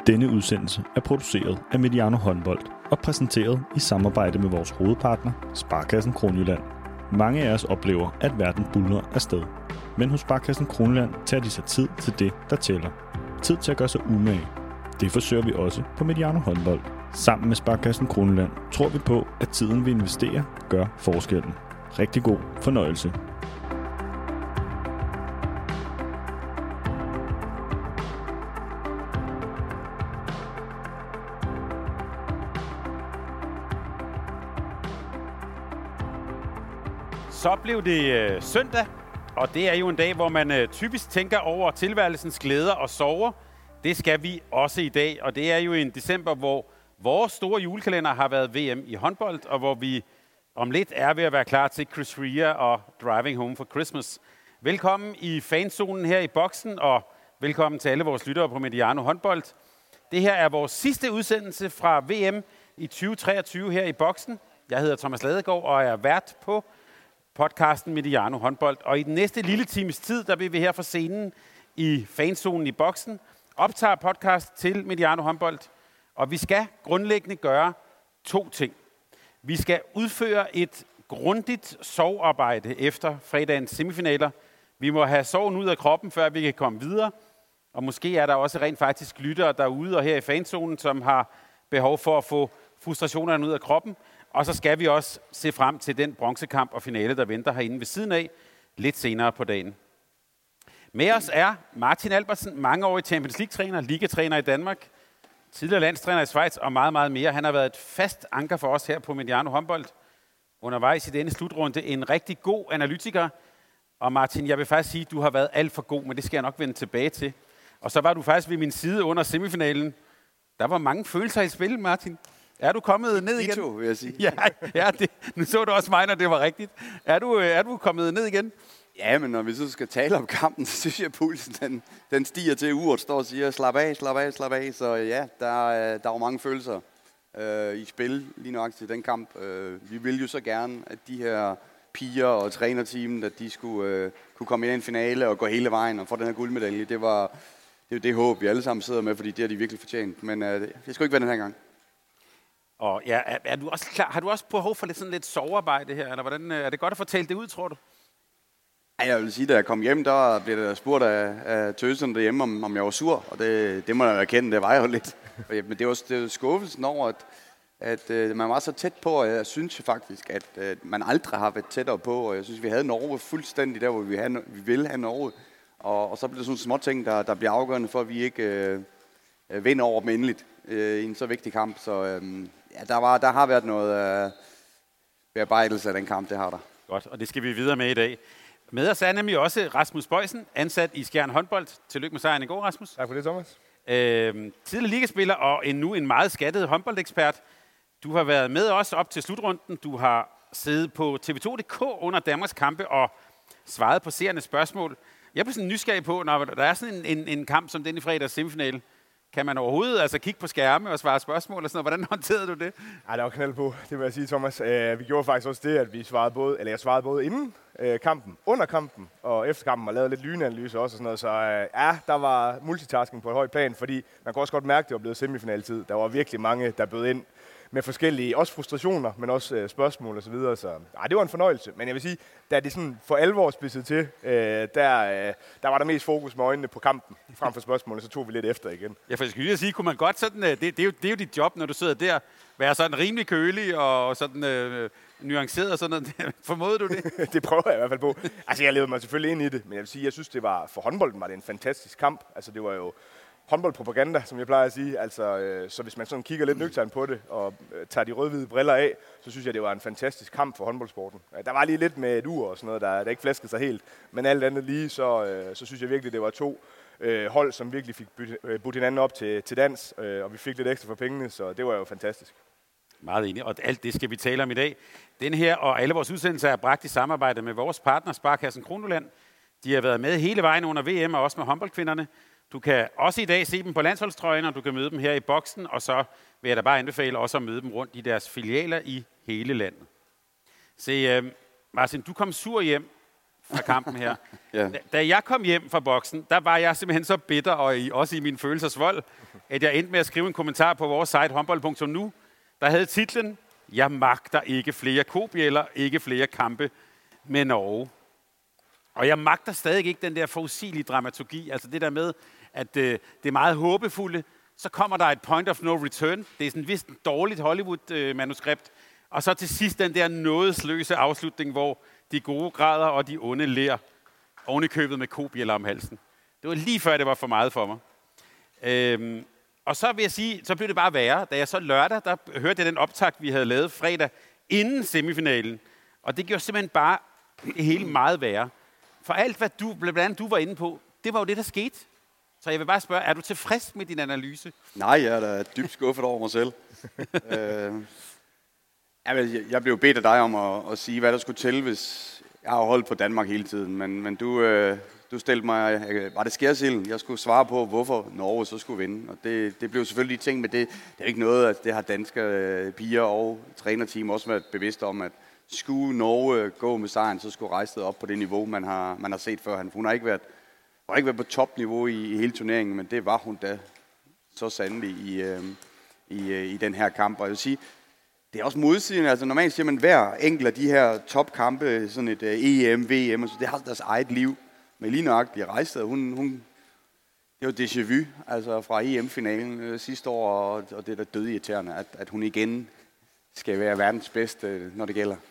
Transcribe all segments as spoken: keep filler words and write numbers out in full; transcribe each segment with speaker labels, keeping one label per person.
Speaker 1: Denne udsendelse er produceret af Mediano Håndbold og præsenteret i samarbejde med vores hovedpartner, Sparekassen Kronjylland. Mange af os oplever, at verden buldrer afsted. Men hos Sparekassen Kronjylland tager de sig tid til det, der tæller. Tid til at gøre sig umage. Det forsøger vi også på Mediano Håndbold. Sammen med Sparekassen Kronjylland tror vi på, at tiden vi investerer gør forskellen. Rigtig god fornøjelse.
Speaker 2: Så blev det øh, søndag, og det er jo en dag, hvor man øh, typisk tænker over tilværelsens glæder og sorger. Det skal vi også i dag, og det er jo en december, hvor vores store julekalender har været V M i håndbold, og hvor vi om lidt er ved at være klar til Chris Rea og Driving Home for Christmas. Velkommen i fanzonen her i boksen, og velkommen til alle vores lyttere på Mediano Håndbold. Det her er vores sidste udsendelse fra V M i tyve treogtyve her i boksen. Jeg hedder Thomas Ladegaard og er vært på podcasten Mediano Håndbold. Og i den næste lille times tid, der vil vi her fra scenen i fanzonen i boksen, optage podcast til Mediano Håndbold. Og vi skal grundlæggende gøre to ting. Vi skal udføre et grundigt sorgarbejde efter fredagens semifinaler. Vi må have sorgen ud af kroppen, før vi kan komme videre. Og måske er der også rent faktisk lyttere derude og her i fanzonen, som har behov for at få frustrationerne ud af kroppen. Og så skal vi også se frem til den bronzekamp og finale, der venter herinde ved siden af, lidt senere på dagen. Med os er Martin Albertsen, mangeårig Champions League-træner, ligatræner i Danmark, tidligere landstræner i Schweiz og meget, meget mere. Han har været et fast anker for os her på Mediano Håndbold. Undervejs i denne slutrunde en rigtig god analytiker. Og Martin, jeg vil faktisk sige, at du har været alt for god, men det skal jeg nok vende tilbage til. Og så var du faktisk ved min side under semifinalen. Der var mange følelser i spil, Martin. Er du kommet ned igen?
Speaker 3: De to, vil jeg sige.
Speaker 2: Ja, ja det, nu så du også mig, når det var rigtigt. Er du, er du kommet ned igen?
Speaker 3: Ja, men når vi så skal tale om kampen, så synes jeg, at pulsen den, den stiger til uret, står og siger, slap af, slap af, slap af. Så ja, der, der var mange følelser øh, i spil lige nok til den kamp. Øh, vi ville jo så gerne, at de her piger og trænerteamet, at de skulle øh, kunne komme ind i en finale og gå hele vejen og få den her guldmedalje. Det var det, er det håb, vi alle sammen sidder med, fordi det har de virkelig fortjent. Men øh, det skal ikke være den her gang.
Speaker 2: Og ja, er, er du også klar? Har du også behov for lidt sådan lidt sovearbejde her, eller hvordan er det godt at få talt det ud, tror du?
Speaker 3: Ja, jeg vil sige, da jeg kom hjem, der blev der spurgt af, af tøserne derhjemme, om, om jeg var sur, og det, det må jeg erkende, det var jeg jo lidt. Men det var, det var skuffelsen over, at, at, at man var så tæt på, og jeg synes faktisk, at, at man aldrig har været tættere på, og jeg synes, vi havde Norge fuldstændig der, hvor vi, havde, vi ville have Norge, og, og så blev det sådan små ting, der, der bliver afgørende for, at vi ikke øh, vinder over dem endeligt øh, i en så vigtig kamp, så øh, ja, der, var, der har været noget øh, bearbejdelse af den kamp, det har der.
Speaker 2: Godt, og det skal vi videre med i dag. Med os er nemlig også Rasmus Bøjsen, ansat i Skjern Håndbold. Tillykke med sejren i går, Rasmus.
Speaker 4: Tak for det, Thomas.
Speaker 2: Øhm, tidligere ligaspiller og en, nu en meget skattet håndboldekspert. Du har været med os op til slutrunden. Du har siddet på T V to punktum d k under Danmarks kampe og svaret på seernes spørgsmål. Jeg er sådan nysgerrig på, når der er sådan en, en, en kamp som den i fredags semifinale. Kan man overhovedet altså kigge på skærme og svare spørgsmål og sådan noget? Hvordan håndterede du det?
Speaker 4: Ej, der var knald på, det vil jeg sige, Thomas. Uh, vi gjorde faktisk også det, at vi svarede både, eller jeg svarede både inden uh, kampen, under kampen og efter kampen, og lavede lidt lynanalyse også og sådan noget. Så uh, ja, der var multitasking på et højt plan, fordi man kunne også godt mærke, at det var blevet semifinaltid. Der var virkelig mange, der bød ind med forskellige, også frustrationer, men også uh, spørgsmål og så videre. Så ej, det var en fornøjelse. Men jeg vil sige, da det sådan for alvor spidsede til, uh, der, uh, der var der mest fokus med øjnene på kampen frem for spørgsmålene, så tog vi lidt efter igen.
Speaker 2: Ja, for jeg skulle lige sige, kunne man godt sådan, det, det, er jo, det er jo dit job, når du sidder der, være sådan rimelig kølig og sådan øh, nuanceret og sådan noget. Formåede du det?
Speaker 4: Det prøver jeg i hvert fald på. Altså, jeg levede mig selvfølgelig ind i det, men jeg vil sige, jeg synes, det var, for håndbolden var det en fantastisk kamp. Altså, det var jo håndboldpropaganda, som jeg plejer at sige. Altså, øh, så hvis man sådan kigger lidt nøgternt på det og øh, tager de rødhvide briller af, så synes jeg, det var en fantastisk kamp for håndboldsporten. Der var lige lidt med et ur og sådan noget, der, der ikke flæskede sig helt. Men alt andet lige, så, øh, så synes jeg virkelig, det var to øh, hold, som virkelig fik budt hinanden op til, til dans, øh, og vi fik lidt ekstra for pengene, så det var jo fantastisk.
Speaker 2: Meget enig, og alt det skal vi tale om i dag. Den her og alle vores udsendelser er bragt i samarbejde med vores partner, Sparekassen Kronjylland. De har været med hele vejen under V M og også med håndboldkvinderne. Du kan også i dag se dem på landsholdstrøjen, og du kan møde dem her i boksen, og så vil jeg da bare anbefale også at møde dem rundt i deres filialer i hele landet. Se, uh, Martin, du kom sur hjem fra kampen her.
Speaker 3: Ja.
Speaker 2: Da- Da jeg kom hjem fra boksen, der var jeg simpelthen så bitter, og i, også i min følelsesvold, at jeg endte med at skrive en kommentar på vores site, håndbold punktum nu, der havde titlen, jeg magter ikke flere kobjæller, ikke flere kampe med Norge. Og jeg magter stadig ikke den der forudsigelige dramaturgi, altså det der med, at øh, det er meget håbefulde, så kommer der et point of no return. Det er sådan vist et dårligt Hollywood-manuskript. Og så til sidst den der nådesløse afslutning, hvor de gode græder og de onde ler oven i købet med kobjæller om halsen. Det var lige før, det var for meget for mig. Øhm, og så vil jeg sige, så blev det bare værre. Da jeg så lørdag, der hørte jeg den optakt, vi havde lavet fredag inden semifinalen. Og det gjorde simpelthen bare det hele meget værre. For alt, hvad du, blandt andet du var inde på, det var jo det, der skete. Så jeg vil bare spørge, er du tilfreds med din analyse?
Speaker 3: Nej, jeg er da dybt skuffet over mig selv. øh, jeg, jeg blev bedt af dig om at, at sige, hvad der skulle til, hvis jeg har holdt på Danmark hele tiden. Men, men du, øh, du stillede mig, øh, var det skærsilden? Jeg skulle svare på, hvorfor Norge så skulle vinde. Og det, det blev selvfølgelig de ting, men det, det er ikke noget, at det har danske øh, piger og trænerteam også været bevidste om, at skulle Norge gå med sejren, så skulle rejse op på det niveau, man har, man har set før. Hun har ikke været, hun har ikke været på topniveau i, i hele turneringen, men det var hun da så sandelig i, øh, i, øh, i den her kamp. Og jeg vil sige, det er også modsiden. Altså normalt siger man, hver enkelt af de her topkampe, sådan et uh, E M, V M, altså, det har deres eget liv. Men lige nøjagtigt Rejstad, hun, hun, det var déjà vu, altså fra E M-finalen øh, sidste år, og, og det er da døde irriterende, at, at hun igen skal være verdens bedste, når det gælder.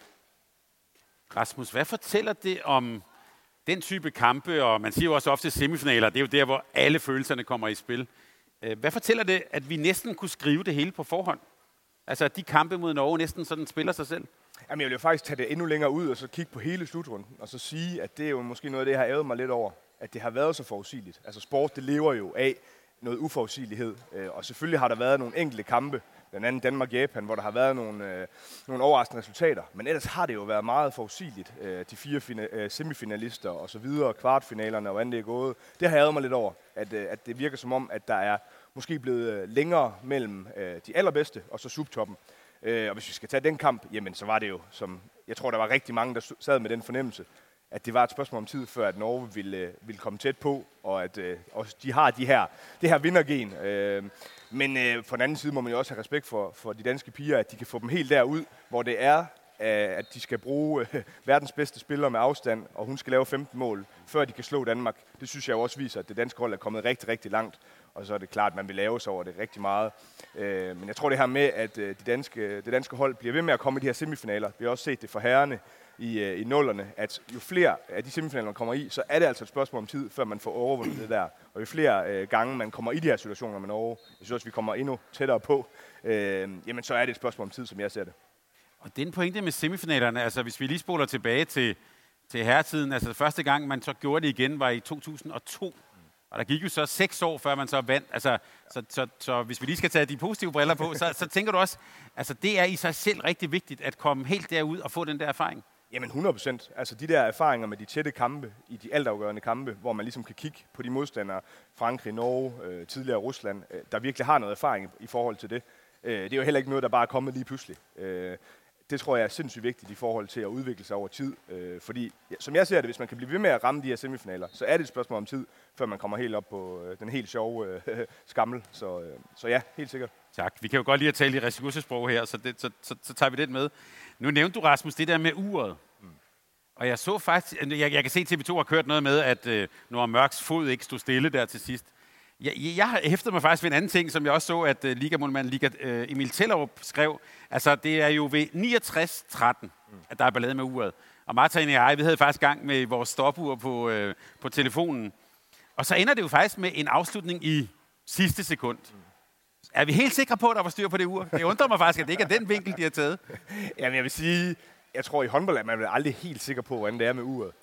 Speaker 2: Rasmus, hvad fortæller det om den type kampe, og man siger jo også ofte semifinaler, det er jo der, hvor alle følelserne kommer i spil. Hvad fortæller det, at vi næsten kunne skrive det hele på forhånd? Altså, at de kampe mod Norge næsten sådan spiller sig selv?
Speaker 4: Jamen, jeg vil jo faktisk tage det endnu længere ud, og så kigge på hele slutrunden, og så sige, at det er jo måske noget af det, jeg har ævet mig lidt over, at det har været så forudsigeligt. Altså, sport, det lever jo af noget uforudsigelighed, og selvfølgelig har der været nogle enkelte kampe, blandt andet Danmark-Japan, hvor der har været nogle, øh, nogle overraskende resultater. Men ellers har det jo været meget forudsigeligt. Øh, de fire fina- øh, semifinalister og så videre, kvartfinalerne og hvordan det er gået. Det har jeg ædet mig lidt over, at, øh, at det virker som om, at der er måske blevet længere mellem øh, de allerbedste og så subtoppen. Øh, og hvis vi skal tage den kamp, jamen så var det jo, som jeg tror, der var rigtig mange, der sad med den fornemmelse, at det var et spørgsmål om tid, før at Norge ville, ville komme tæt på, og at øh, også de har de her, det her vindergen. Øh, men øh, på den anden side må man jo også have respekt for, for de danske piger, at de kan få dem helt derud, hvor det er, øh, at de skal bruge øh, verdens bedste spillere med afstand, og hun skal lave femten mål, før de kan slå Danmark. Det synes jeg jo også viser, at det danske hold er kommet rigtig, rigtig langt, og så er det klart, at man vil lave sig over det rigtig meget. Øh, men jeg tror det her med, at øh, de danske, det danske hold bliver ved med at komme i de her semifinaler. Vi har også set det for herrerne i, i nullerne, at jo flere af de semifinaler, man kommer i, så er det altså et spørgsmål om tid, før man får overvundet det der. Og jo flere øh, gange, man kommer i de her situationer med Norge, jeg synes også, vi kommer endnu tættere på, øh, jamen så er det et spørgsmål om tid, som jeg ser det.
Speaker 2: Og den pointe med semifinalerne, altså hvis vi lige spoler tilbage til, til herretiden, altså første gang, man så gjorde det igen, var i to tusind og to. Og der gik jo så seks år, før man så vandt. Altså, så, så, så hvis vi lige skal tage de positive briller på, så, så tænker du også, altså det er i sig selv rigtig vigtigt at komme helt derud og få den der erfaring.
Speaker 4: Jamen hundrede procent. Altså de der erfaringer med de tætte kampe, i de altafgørende kampe, hvor man ligesom kan kigge på de modstandere, Frankrig, Norge, øh, tidligere Rusland, øh, der virkelig har noget erfaring i forhold til det. Øh, det er jo heller ikke noget, der bare er kommet lige pludselig. Øh, det tror jeg er sindssygt vigtigt i forhold til at udvikle sig over tid. Øh, fordi, ja, som jeg ser det, hvis man kan blive ved med at ramme de her semifinaler, så er det et spørgsmål om tid, før man kommer helt op på øh, den helt sjove øh, skammel. Så, øh, så ja, helt sikkert.
Speaker 2: Tak. Vi kan jo godt lide at tale i ressourcesprog her, så, det, så, så, så tager vi den med. Nu nævnte du, Rasmus, det der med uret. Mm. Og jeg så faktisk, jeg, jeg kan se, at T V to har kørt noget med, at øh, Nora Mørks fod ikke stod stille der til sidst. Jeg, jeg har hæftet mig faktisk ved en anden ting, som jeg også så, at uh, ligamålmand Liga, uh, Emil Tellerup skrev. Altså, det er jo ved niogtres tretten, mm. at der er ballade med uret. Og Martin og jeg, vi havde faktisk gang med vores stopur på, uh, på telefonen. Og så ender det jo faktisk med en afslutning i sidste sekund. Mm. Er vi helt sikre på, at der var styr på det ur? Det undrer mig faktisk, at det ikke er den vinkel, de har taget.
Speaker 4: Jamen, jeg vil sige, jeg tror i håndbold, at man er aldrig helt sikker på, hvordan det er med uret.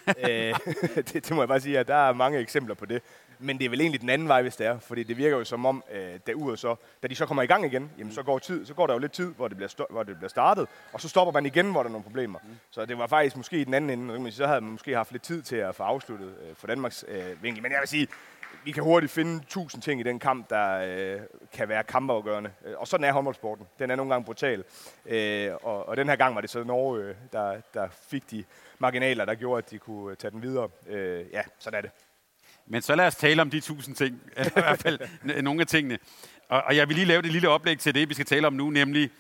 Speaker 4: det, det må jeg bare sige, at der er mange eksempler på det. Men det er vel egentlig den anden vej, hvis det er. Fordi det virker jo som om, øh, da uret så, da de så kommer i gang igen, jamen så går, tid, så går der jo lidt tid, hvor det, bliver sto- hvor det bliver startet. Og så stopper man igen, hvor der er nogle problemer. Mm. Så det var faktisk måske i den anden ende. Så havde man måske haft lidt tid til at få afsluttet øh, for Danmarks øh, vinkel. Men jeg vil sige, vi kan hurtigt finde tusind ting i den kamp, der øh, kan være kampafgørende. Og sådan er håndboldsporten. Den er nogle gange brutal. Øh, og, og den her gang var det så Norge, der, der fik de marginaler, der gjorde, at de kunne tage den videre. Øh, ja, sådan er det.
Speaker 2: Men så lad os tale om de tusind ting. Eller i hvert fald nogle af tingene. Og, og jeg vil lige lave det lille oplæg til det, vi skal tale om nu, nemlig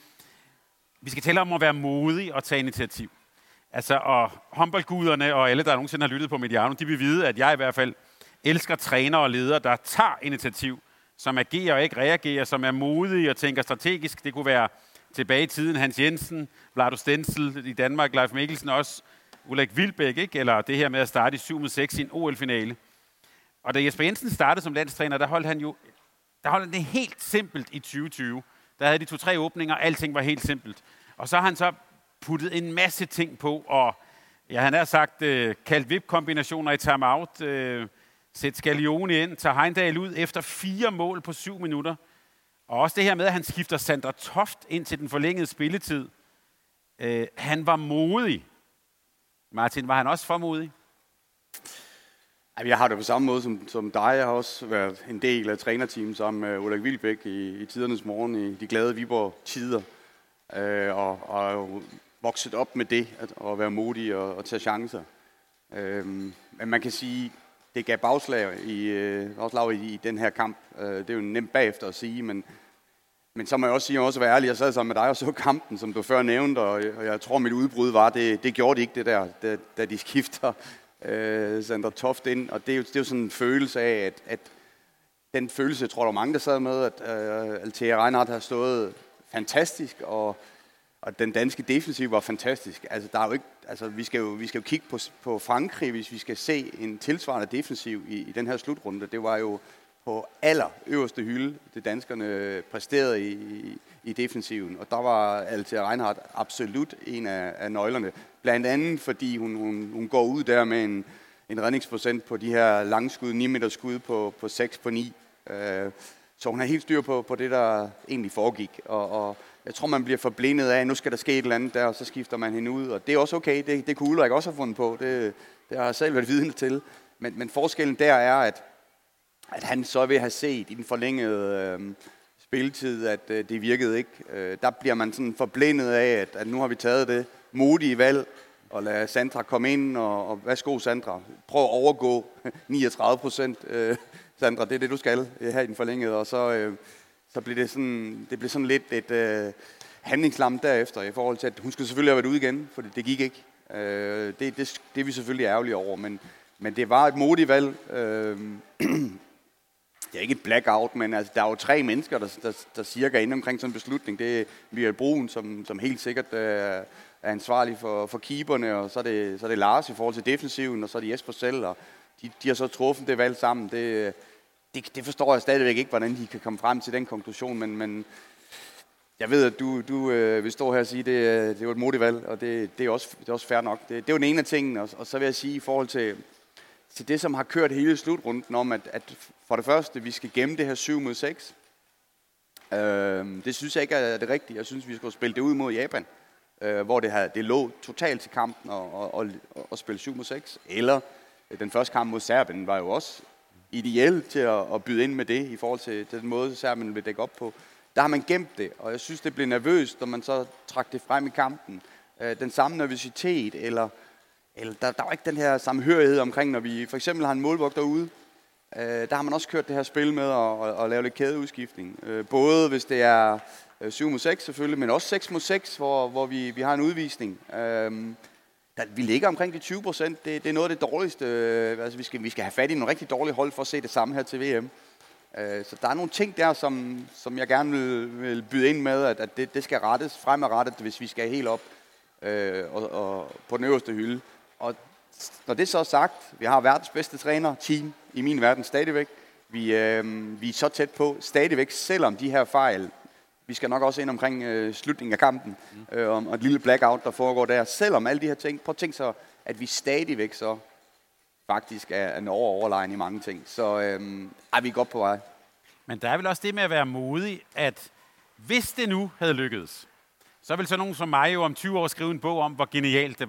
Speaker 2: vi skal tale om at være modig og tage initiativ. Altså, og håndboldguderne og alle, der nogensinde har lyttet på Mediano, de vil vide, at jeg i hvert fald elsker trænere og ledere, der tager initiativ, som agerer og ikke reagerer, som er modige og tænker strategisk. Det kunne være tilbage i tiden Hans Jensen, Vlado Stenzel i Danmark, Leif Mikkelsen også, Ulrik Wilbæk, ikke? Eller det her med at starte i syv mod seks i en O L-finale. Og da Jesper Jensen startede som landstræner, der holdt han jo der holdt han det helt simpelt i tyve tyve. Der havde de to-tre åbninger, og alting var helt simpelt. Og så har han så puttet en masse ting på, og ja, han har sagt, øh, kaldt V I P-kombinationer i timeout, øh, sæt Scalioni ind, tager Heindal ud efter fire mål på syv minutter. Og også det her med, at han skifter Sandra Toft ind til den forlængede spilletid. Øh, han var modig. Martin, var han også for modig?
Speaker 3: Jeg har det på samme måde som, som dig. Jeg har også været en del af trænerteamet sammen med Ulrik Wilbæk i, i tidernes morgen, i de glade Viborg-tider. Øh, og, og vokset op med det, at, at være modig og, og tage chancer. Øh, men man kan sige, det gav bagslag i, øh, bagslag i, i den her kamp. Øh, det er jo nemt bagefter at sige, men, men så må jeg også sige, at jeg også være ærlig. Jeg sad sammen med dig og så kampen, som du før nævnte, og, og jeg tror, mit udbrud var, det, det gjorde de ikke det der, da, da de skifter øh, Sandra Toft ind. Og det er jo, det er jo sådan en følelse af, at, at den følelse, jeg tror, der var mange, der sad med, at øh, Althea Reinhardt har stået fantastisk, og, og den danske defensiv var fantastisk. Altså, der er jo ikke, altså, vi, skal jo, vi skal jo kigge på, på Frankrig, hvis vi skal se en tilsvarende defensiv i, i den her slutrunde. Det var jo på aller øverste hylde, det danskerne præsterede i, i, i defensiven. Og der var Althea Reinhardt absolut en af, af nøglerne. Blandt andet, fordi hun, hun, hun går ud der med en, en redningsprocent på de her langskud, ni meter skud på, på seks på ni. Øh, så hun har helt styr på, på det, der egentlig foregik. Og, og jeg tror, man bliver forblindet af, at nu skal der ske et eller andet der, og så skifter man hende ud. Og det er også okay, det, det kunne Ulrik også have fundet på. Det, det har jeg selv været vidne til. Men, men forskellen der er, at, at han så vil have set i den forlængede øh, spilletid, at øh, det virkede ikke. Øh, der bliver man sådan forblindet af, at, at nu har vi taget det modige valg, og lade Sandra komme ind, og, og værsgo Sandra, prøv at overgå niogtredive procent. Øh, Sandra, det er det, du skal her i den forlængede, og så, øh, så bliver det sådan, det bliver sådan lidt et øh, handlingslam derefter, i forhold til, at hun skulle selvfølgelig have været ude igen, for det, det gik ikke. Øh, det, det, det er vi selvfølgelig ærgerlige over, men, men det var et modigt valg. Øh, det er ikke et blackout, men altså, der er jo tre mennesker, der, der, der cirka inde omkring sådan en beslutning. Det er Michael Brun, som, som helt sikkert øh, er ansvarlig for, for keeperne, og så er, det, så er det Lars i forhold til defensiven, og så er det Jesper selv, og de, de har så truffet det valg sammen. Det, det, det forstår jeg stadigvæk ikke, hvordan de kan komme frem til den konklusion, men, men jeg ved, at du, du øh, vil stå her og sige, at det, det var et modigt valg, og det, det, er også, det er også fair nok. Det, det er jo den ene af tingene, og, og så vil jeg sige i forhold til, til det, som har kørt hele slutrunden om, at, at for det første, vi skal gemme det her syv mod seks. Øh, det synes jeg ikke er det rigtige. Jeg synes, vi skal spille det ud mod Japan, øh, hvor det, havde, det lå totalt til kampen og, og, og, og spille syv mod seks. Eller den første kamp mod Serbien var jo også ideel til at, at byde ind med det, i forhold til den måde, Serbien vil dække op på. Der har man gemt det, og jeg synes, det blev nervøst, når man så trak det frem i kampen. Øh, den samme nervøsitet, eller, eller der, der var ikke den her samhørighed omkring, når vi for eksempel har en målvogter ude. Øh, der har man også kørt det her spil med at, at, at lave lidt kædeudskiftning. Øh, både hvis det er øh, syv mod seks selvfølgelig, men også seks mod seks, hvor, hvor vi, vi har en udvisning. Øh, der, vi ligger omkring de tyve procent. Det, det er noget af det dårligste. Øh, altså, vi, skal, vi skal have fat i nogle rigtig dårlige hold for at se det samme her til V M. Så der er nogle ting der, som, som jeg gerne vil, vil byde ind med, at, at det, det skal rettes fremadrettet, hvis vi skal helt op øh, og, og på den øverste hylde. Og når det så er sagt, vi har verdens bedste træner, team i min verden stadigvæk. Vi, øh, vi er så tæt på stadigvæk, selvom de her fejl, vi skal nok også ind omkring øh, slutningen af kampen, øh, og et lille blackout, der foregår der. Selvom alle de her ting, prøv at tænke så, at vi stadigvæk så faktisk er en overoverlegen i mange ting. Så øhm, er vi godt på vej.
Speaker 2: Men der er vel også det med at være modig, at hvis det nu havde lykkedes, så vil så nogen som mig jo om tyve år skrive en bog om, hvor genialt det var.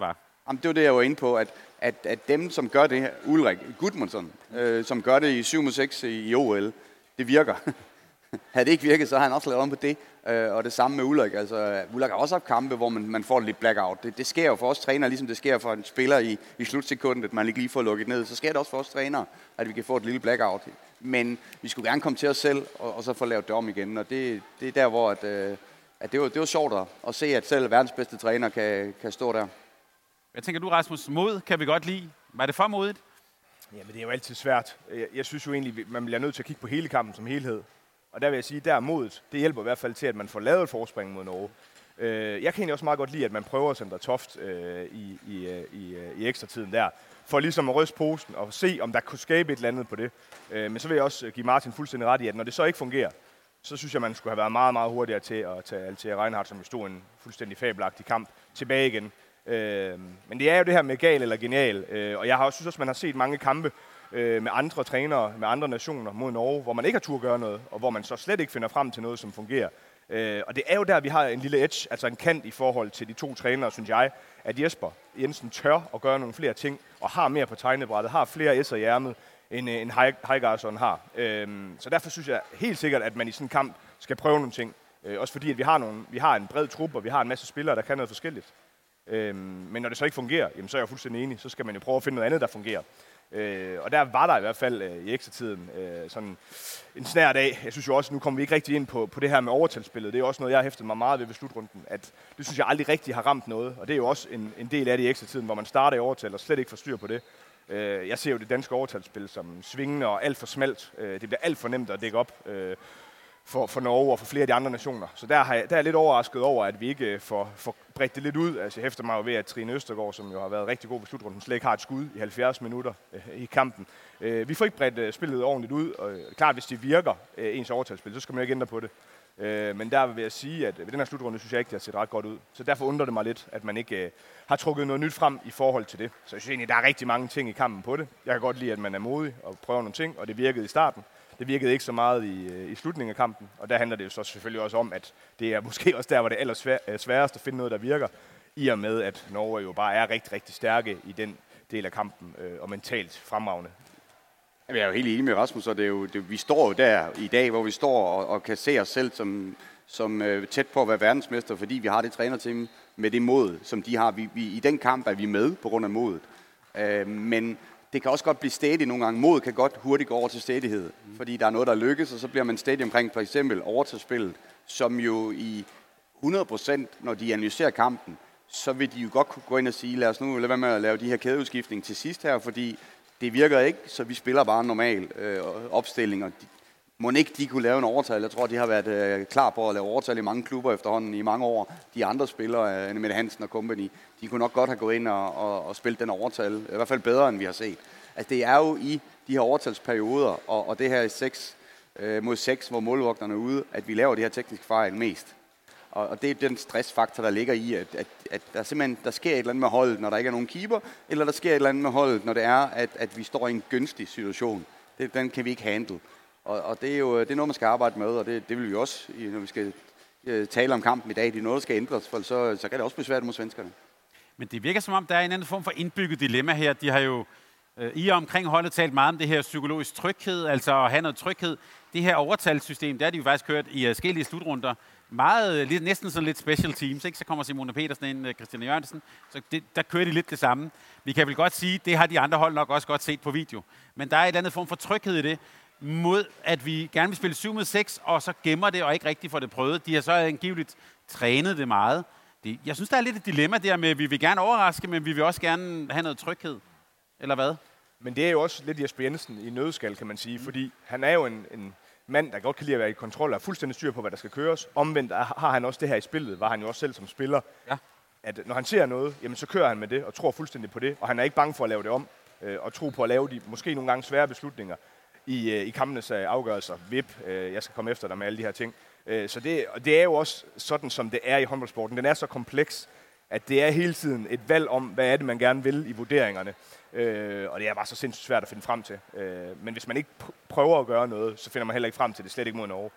Speaker 3: Jamen, det var det, jeg var inde på, at, at, at dem, som gør det her, Ulrik Gudmundsson, øh, som gør det i syv mod seks i, i O L, det virker. Havde det ikke virket, så har han også lavet om på det. Øh, og det samme med Ulrik. Altså, Ulrik har også haft kampe, hvor man, man får lidt blackout. Det, det sker jo for os trænere, ligesom det sker for en spiller i, i slutsekundet, at man ikke lige får lukket ned. Så sker det også for os trænere, at vi kan få et lille blackout. Men vi skulle gerne komme til os selv, og, og så få lavet det om igen. Og det, det er der, hvor at, øh, at det, var, det var sjovt at, at se, at selv verdens bedste træner kan, kan stå der.
Speaker 2: Hvad tænker du, Rasmus? Mod kan vi godt lide. Var det for modigt?
Speaker 4: Jamen, det er jo altid svært. Jeg, jeg synes jo egentlig, man bliver nødt til at kigge på hele kampen som helhed. Og der vil jeg sige, der modet, det hjælper i hvert fald til, at man får lavet et forspring mod Norge. Øh, jeg kan egentlig også meget godt lide, at man prøver at sende Toft øh, i, i, i, i ekstra tiden der, for ligesom at ryste posen og se, om der kunne skabe et eller andet på det. Øh, men så vil jeg også give Martin fuldstændig ret i, at når det så ikke fungerer, så synes jeg, man skulle have været meget, meget hurtigere til at tage Altea Reinhardt, som jo stod en fuldstændig fabelagtig kamp, tilbage igen. Øh, men det er jo det her med gal eller genial, øh, og jeg har også synes også, man har set mange kampe øh, med andre trænere, med andre nationer mod Norge, hvor man ikke har tur at gøre noget, og hvor man så slet ikke finder frem til noget, som fungerer. Øh, og det er jo der, vi har en lille edge, altså en kant i forhold til de to trænere, synes jeg, at Jesper Jensen tør at gøre nogle flere ting, og har mere på tegnebrættet, har flere S'er i ærmet, end, end Heigarsson har. Øh, så derfor synes jeg helt sikkert, at man i sådan en kamp skal prøve nogle ting. Øh, også fordi, at vi har, nogle, vi har en bred trup, og vi har en masse spillere, der kan noget forskelligt. Øh, men når det så ikke fungerer, jamen, så er jeg fuldstændig enig, så skal man jo prøve at finde noget andet, der fungerer. Øh, og der var der i hvert fald øh, i ekstratiden øh, sådan en snært af. Jeg synes jo også, nu kommer vi ikke rigtig ind på, på det her med overtalsspillet. Det er også noget, jeg har hæftet mig meget ved ved slutrunden. At det synes jeg aldrig rigtig har ramt noget. Og det er jo også en, en del af det i ekstratiden, hvor man starter i overtal og slet ikke får styr på det. Øh, jeg ser jo det danske overtalsspil som svingende og alt for smalt. Øh, det bliver alt for nemt at dække op øh, for, for Norge og for flere af de andre nationer. Så der, har jeg, der er jeg lidt overrasket over, at vi ikke får, får bredt det lidt ud. Altså, jeg hæfter mig jo ved, at Trine Østergaard, som jo har været rigtig god ved slutrunden, slet ikke har et skud i halvfjerds minutter øh, i kampen. Øh, vi får ikke bredt øh, spillet ordentligt ud, og øh, klart, hvis det virker øh, ens overtalsspil, så skal man jo ikke ændre på det. Øh, men der vil jeg sige, at ved den her slutrunde, synes jeg ikke, det har set ret godt ud. Så derfor undrer det mig lidt, at man ikke øh, har trukket noget nyt frem i forhold til det. Så jeg synes egentlig, der er rigtig mange ting i kampen på det. Jeg kan godt lide, at man er modig og prøver nogle ting, og det virkede i starten. Det virkede ikke så meget i, i slutningen af kampen, og der handler det jo så selvfølgelig også om, at det er måske også der, hvor det er allersværest at finde noget, der virker, i og med, at Norge jo bare er rigtig, rigtig stærke i den del af kampen, øh, og mentalt fremragende.
Speaker 3: Jeg er jo helt enig med Rasmus, og det er jo, det, vi står jo der i dag, hvor vi står og, og kan se os selv som, som øh, tæt på at være verdensmester, fordi vi har det trænerteam med det mod, som de har. Vi, vi, I den kamp er vi med på grund af modet, øh, men det kan også godt blive stædigt nogle gange. Mod kan godt hurtigt gå over til stædighed, mm. fordi der er noget, der lykkes, og så bliver man stædig omkring for eksempel overtagsspillet, som jo i hundrede procent, når de analyserer kampen, så vil de jo godt kunne gå ind og sige, lad os nu lade være med at lave de her kædeudskiftninger til sidst her, fordi det virker ikke, så vi spiller bare en normal øh, opstilling, og de, må ikke de kunne lave en overtal. Jeg tror, de har været øh, klar på at lave overtal i mange klubber efterhånden i mange år. De andre spillere, øh, Mette Hansen og company, de kunne nok godt have gået ind og, og, og spillet den overtal, i hvert fald bedre, end vi har set. Altså, det er jo i de her overtalsperioder, og, og det her i seks øh, mod seks, hvor målvogterne er ude, at vi laver de her tekniske fejl mest. Og, og det er den stressfaktor, der ligger i, at, at, at der simpelthen der sker et eller andet med holdet, når der ikke er nogen keeper, eller der sker et eller andet med holdet, når det er, at, at vi står i en gunstig situation. Det, den kan vi ikke handle. Og, og det er jo det er noget, man skal arbejde med, og det, det vil vi også, når vi skal uh, tale om kampen i dag. Det er noget, der skal ændres, for så, så kan det også blive svært mod svenskerne.
Speaker 2: Men det virker som om, der er en anden form for indbygget dilemma her. De har jo øh, i og omkring holdet talt meget om det her psykologisk tryghed, altså at have noget tryghed. Det her overtalssystem, der har de jo faktisk kørt i forskellige slutrunder. Meget, lidt, næsten sådan lidt special teams, ikke? Så kommer Simone Petersen ind, Christiane Jørgensen, så det, der kører de lidt det samme. Vi kan vel godt sige, det har de andre hold nok også godt set på video. Men der er et andet form for tryghed i det, mod at vi gerne vil spille syv mod seks, og så gemmer det og ikke rigtig får det prøvet. De har så angiveligt trænet det meget. Det, jeg synes, der er lidt et dilemma der med, at vi vil gerne overraske, men vi vil også gerne have noget tryghed. Eller hvad?
Speaker 4: Men det er jo også lidt Jesper Jensen i nødskal, kan man sige, mm. fordi han er jo en, en mand, der godt kan lide at være i kontrol og er fuldstændig styr på, hvad der skal køres. Omvendt har han også det her i spillet, var han jo også selv som spiller. Ja. At når han ser noget, jamen så kører han med det og tror fuldstændig på det, og han er ikke bange for at lave det om, øh, og tro på at lave de måske nogle gange svære beslutninger i, øh, i kampenes øh, afgørelser. Vip, øh, jeg skal komme efter dig med alle de her ting. Øh, så det, og det er jo også sådan, som det er i håndboldsporten. Den er så kompleks, at det er hele tiden et valg om, hvad er det, man gerne vil i vurderingerne. Øh, og det er bare så sindssygt svært at finde frem til. Øh, men hvis man ikke prøver at gøre noget, så finder man heller ikke frem til det, slet ikke mod Norge.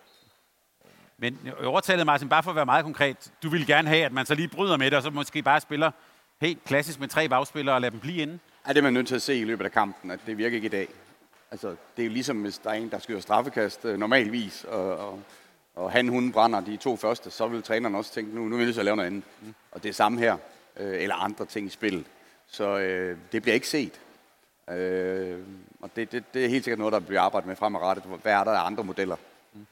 Speaker 2: Men overtalet, Martin, bare for at være meget konkret, du vil gerne have, at man så lige bryder med det, og så måske bare spiller helt klassisk med tre bagspillere og lade dem blive inde?
Speaker 3: Ja, det er man nødt til at se i løbet af kampen, at det virker ikke i dag. Altså, det er jo ligesom, hvis der er en, der skyder straffekast øh, normalvis, og, og, og han, hun brænder de to første, så vil træneren også tænke, nu, nu vil jeg så lave noget andet. Mm. Og det er samme her, øh, eller andre ting i spillet. Så øh, det bliver ikke set. Øh, og det, det, det er helt sikkert noget, der bliver arbejdet med fremadrettet. Hvad er der af andre modeller? Mm.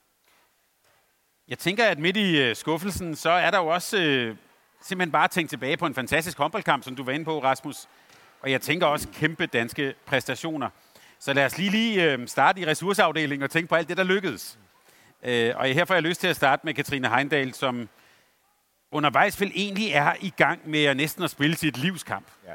Speaker 2: Jeg tænker, at midt i uh, skuffelsen, så er der jo også uh, simpelthen bare tænkt tilbage på en fantastisk håndboldkamp, som du var inde på, Rasmus. Og jeg tænker også kæmpe danske præstationer. Så lad os lige, lige uh, starte i ressourceafdelingen og tænke på alt det, der lykkedes. Uh, og her får jeg lyst til at starte med Katrine Heindal, som undervejs vel egentlig er i gang med at næsten at spille sit livskamp. Ja.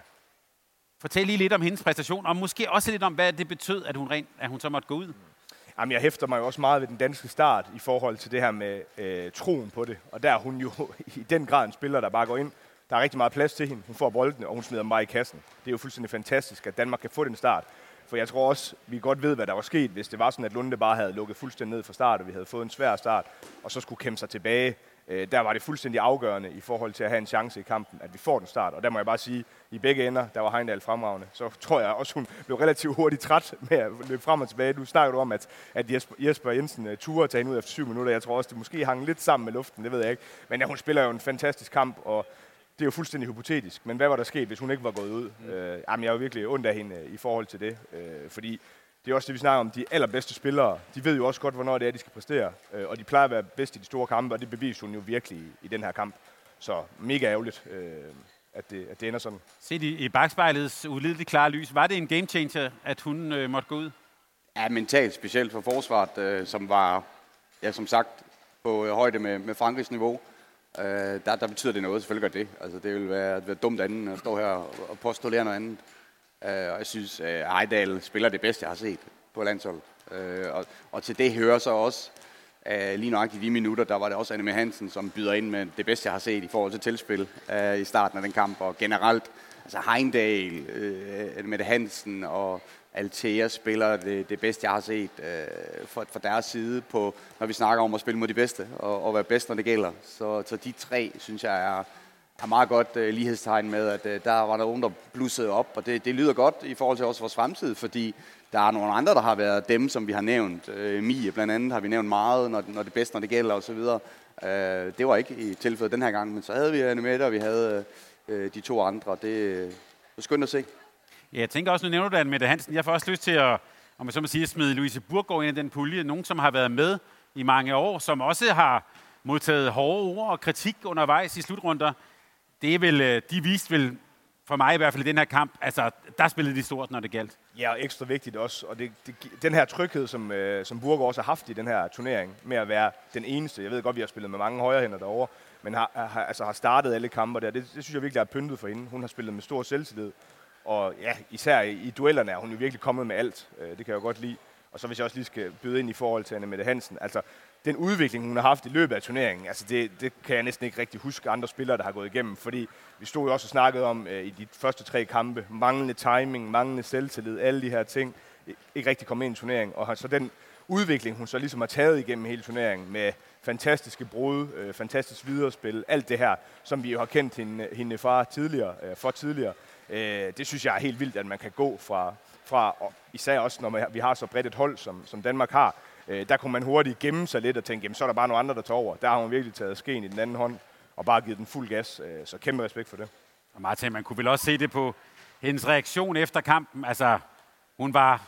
Speaker 2: Fortæl lige lidt om hendes præstation, og måske også lidt om, hvad det betød, at hun, rent, at hun så måtte gå ud.
Speaker 4: Jamen, jeg hæfter mig jo også meget ved den danske start i forhold til det her med øh, troen på det. Og der er hun jo i den grad en spiller, der bare går ind. Der er rigtig meget plads til hende. Hun får boldene, og hun smider dem bare i kassen. Det er jo fuldstændig fantastisk, at Danmark kan få den start. For jeg tror også, vi godt ved, hvad der var sket, hvis det var sådan, at Lunde bare havde lukket fuldstændig ned fra start, og vi havde fået en svær start, og så skulle kæmpe sig tilbage. Der var det fuldstændig afgørende i forhold til at have en chance i kampen, at vi får den start. Og der må jeg bare sige, i begge ender, der var Heindal fremragende. Så tror jeg også, hun blev relativt hurtigt træt med at løbe frem og tilbage. Du snakker om, at, at Jesper, Jesper Jensen turde tage hende ud efter syv minutter. Jeg tror også, det måske hang lidt sammen med luften, det ved jeg ikke. Men ja, hun spiller jo en fantastisk kamp, og det er jo fuldstændig hypotetisk. Men hvad var der sket, hvis hun ikke var gået ud? Mm. Øh, jamen, jeg er jo virkelig ondt af hende i forhold til det, øh, fordi det er også det, vi snakker om. De allerbedste spillere, de ved jo også godt, hvornår det er, de skal præstere. Øh, og de plejer at være bedst i de store kampe, og det beviser hun jo virkelig i, i den her kamp. Så mega ærgerligt, øh, at, det, at det ender sådan.
Speaker 2: Set i, i bagspejlets ulideligt klare lys, var det en game changer, at hun øh, måtte gå ud?
Speaker 3: Ja, mentalt, specielt for forsvaret, øh, som var, ja, som sagt, på øh, højde med, med Frankrigs niveau. Øh, der, der betyder det noget, selvfølgelig gør det. Altså, det vil være, være dumt anden at stå her og, og postulere noget andet. Uh, og jeg synes, at uh, Heindal spiller det bedste, jeg har set på landsholdet. Uh, og, og til det hører så også, uh, lige nøjagtigt i de minutter, der var det også Anne Hansen, som byder ind med det bedste, jeg har set i forhold til tilspil uh, i starten af den kamp. Og generelt, altså Heindal, uh, Anne Hansen og Altea spiller det, det bedste, jeg har set uh, for, for deres side, på, når vi snakker om at spille mod de bedste og, og være bedst, når det gælder. Så, så de tre, synes jeg, er... har meget godt uh, lighedstegn med, at uh, der var der nogen, der blussede op, og det, det lyder godt i forhold til også vores fremtid, fordi der er nogle andre, der har været dem, som vi har nævnt. Uh, Mie blandt andet har vi nævnt meget, når, når det bedste, når det gælder osv. Uh, det var ikke i tilfældet den her gang, men så havde vi Anne Mette, og vi havde uh, de to andre. Det uh, var skønt at se.
Speaker 2: Ja, jeg tænker også, nu nævner du Anne Mette Hansen. Jeg får også lyst til at, om jeg så må sige, at smide Louise Burgård ind i den pulje. Nogen, som har været med i mange år, som også har modtaget hårde ord og kritik undervejs i slutrunder. Det er vel, de viste vel, for mig i hvert fald i den her kamp, altså der spillede de stort, når det galt.
Speaker 4: Ja, og ekstra vigtigt også, og det, det, den her tryghed, som, øh, som Burgård også har haft i den her turnering, med at være den eneste, jeg ved godt, vi har spillet med mange højrehænder derovre, men har, har, altså har startet alle kamper der, det, det synes jeg virkelig er pyntet for hende. Hun har spillet med stor selvtillid, og ja, især i, i duellerne er hun jo virkelig kommet med alt, øh, det kan jeg jo godt lide. Og så hvis jeg også lige skal byde ind i forhold til Anne Mette Hansen, altså den udvikling, hun har haft i løbet af turneringen, altså det, det kan jeg næsten ikke rigtig huske andre spillere, der har gået igennem, fordi vi stod jo også og snakkede om øh, i de første tre kampe, manglende timing, manglende selvtillid, alle de her ting, ikke rigtig komme ind i turneringen. Og så den udvikling, hun så ligesom har taget igennem hele turneringen, med fantastiske brud, øh, fantastisk viderespil, alt det her, som vi jo har kendt hende, hende fra tidligere, øh, for tidligere, øh, det synes jeg er helt vildt, at man kan gå fra, fra og især også, når man, vi har så bredt et hold, som, som Danmark har. Der kunne man hurtigt gemme sig lidt og tænke, jamen så er der bare nogle andre, der tager over. Der har hun virkelig taget skeen i den anden hånd og bare givet den fuld gas. Så kæmpe respekt for det.
Speaker 2: Og Martin, man kunne vel også se det på hendes reaktion efter kampen. Altså, hun var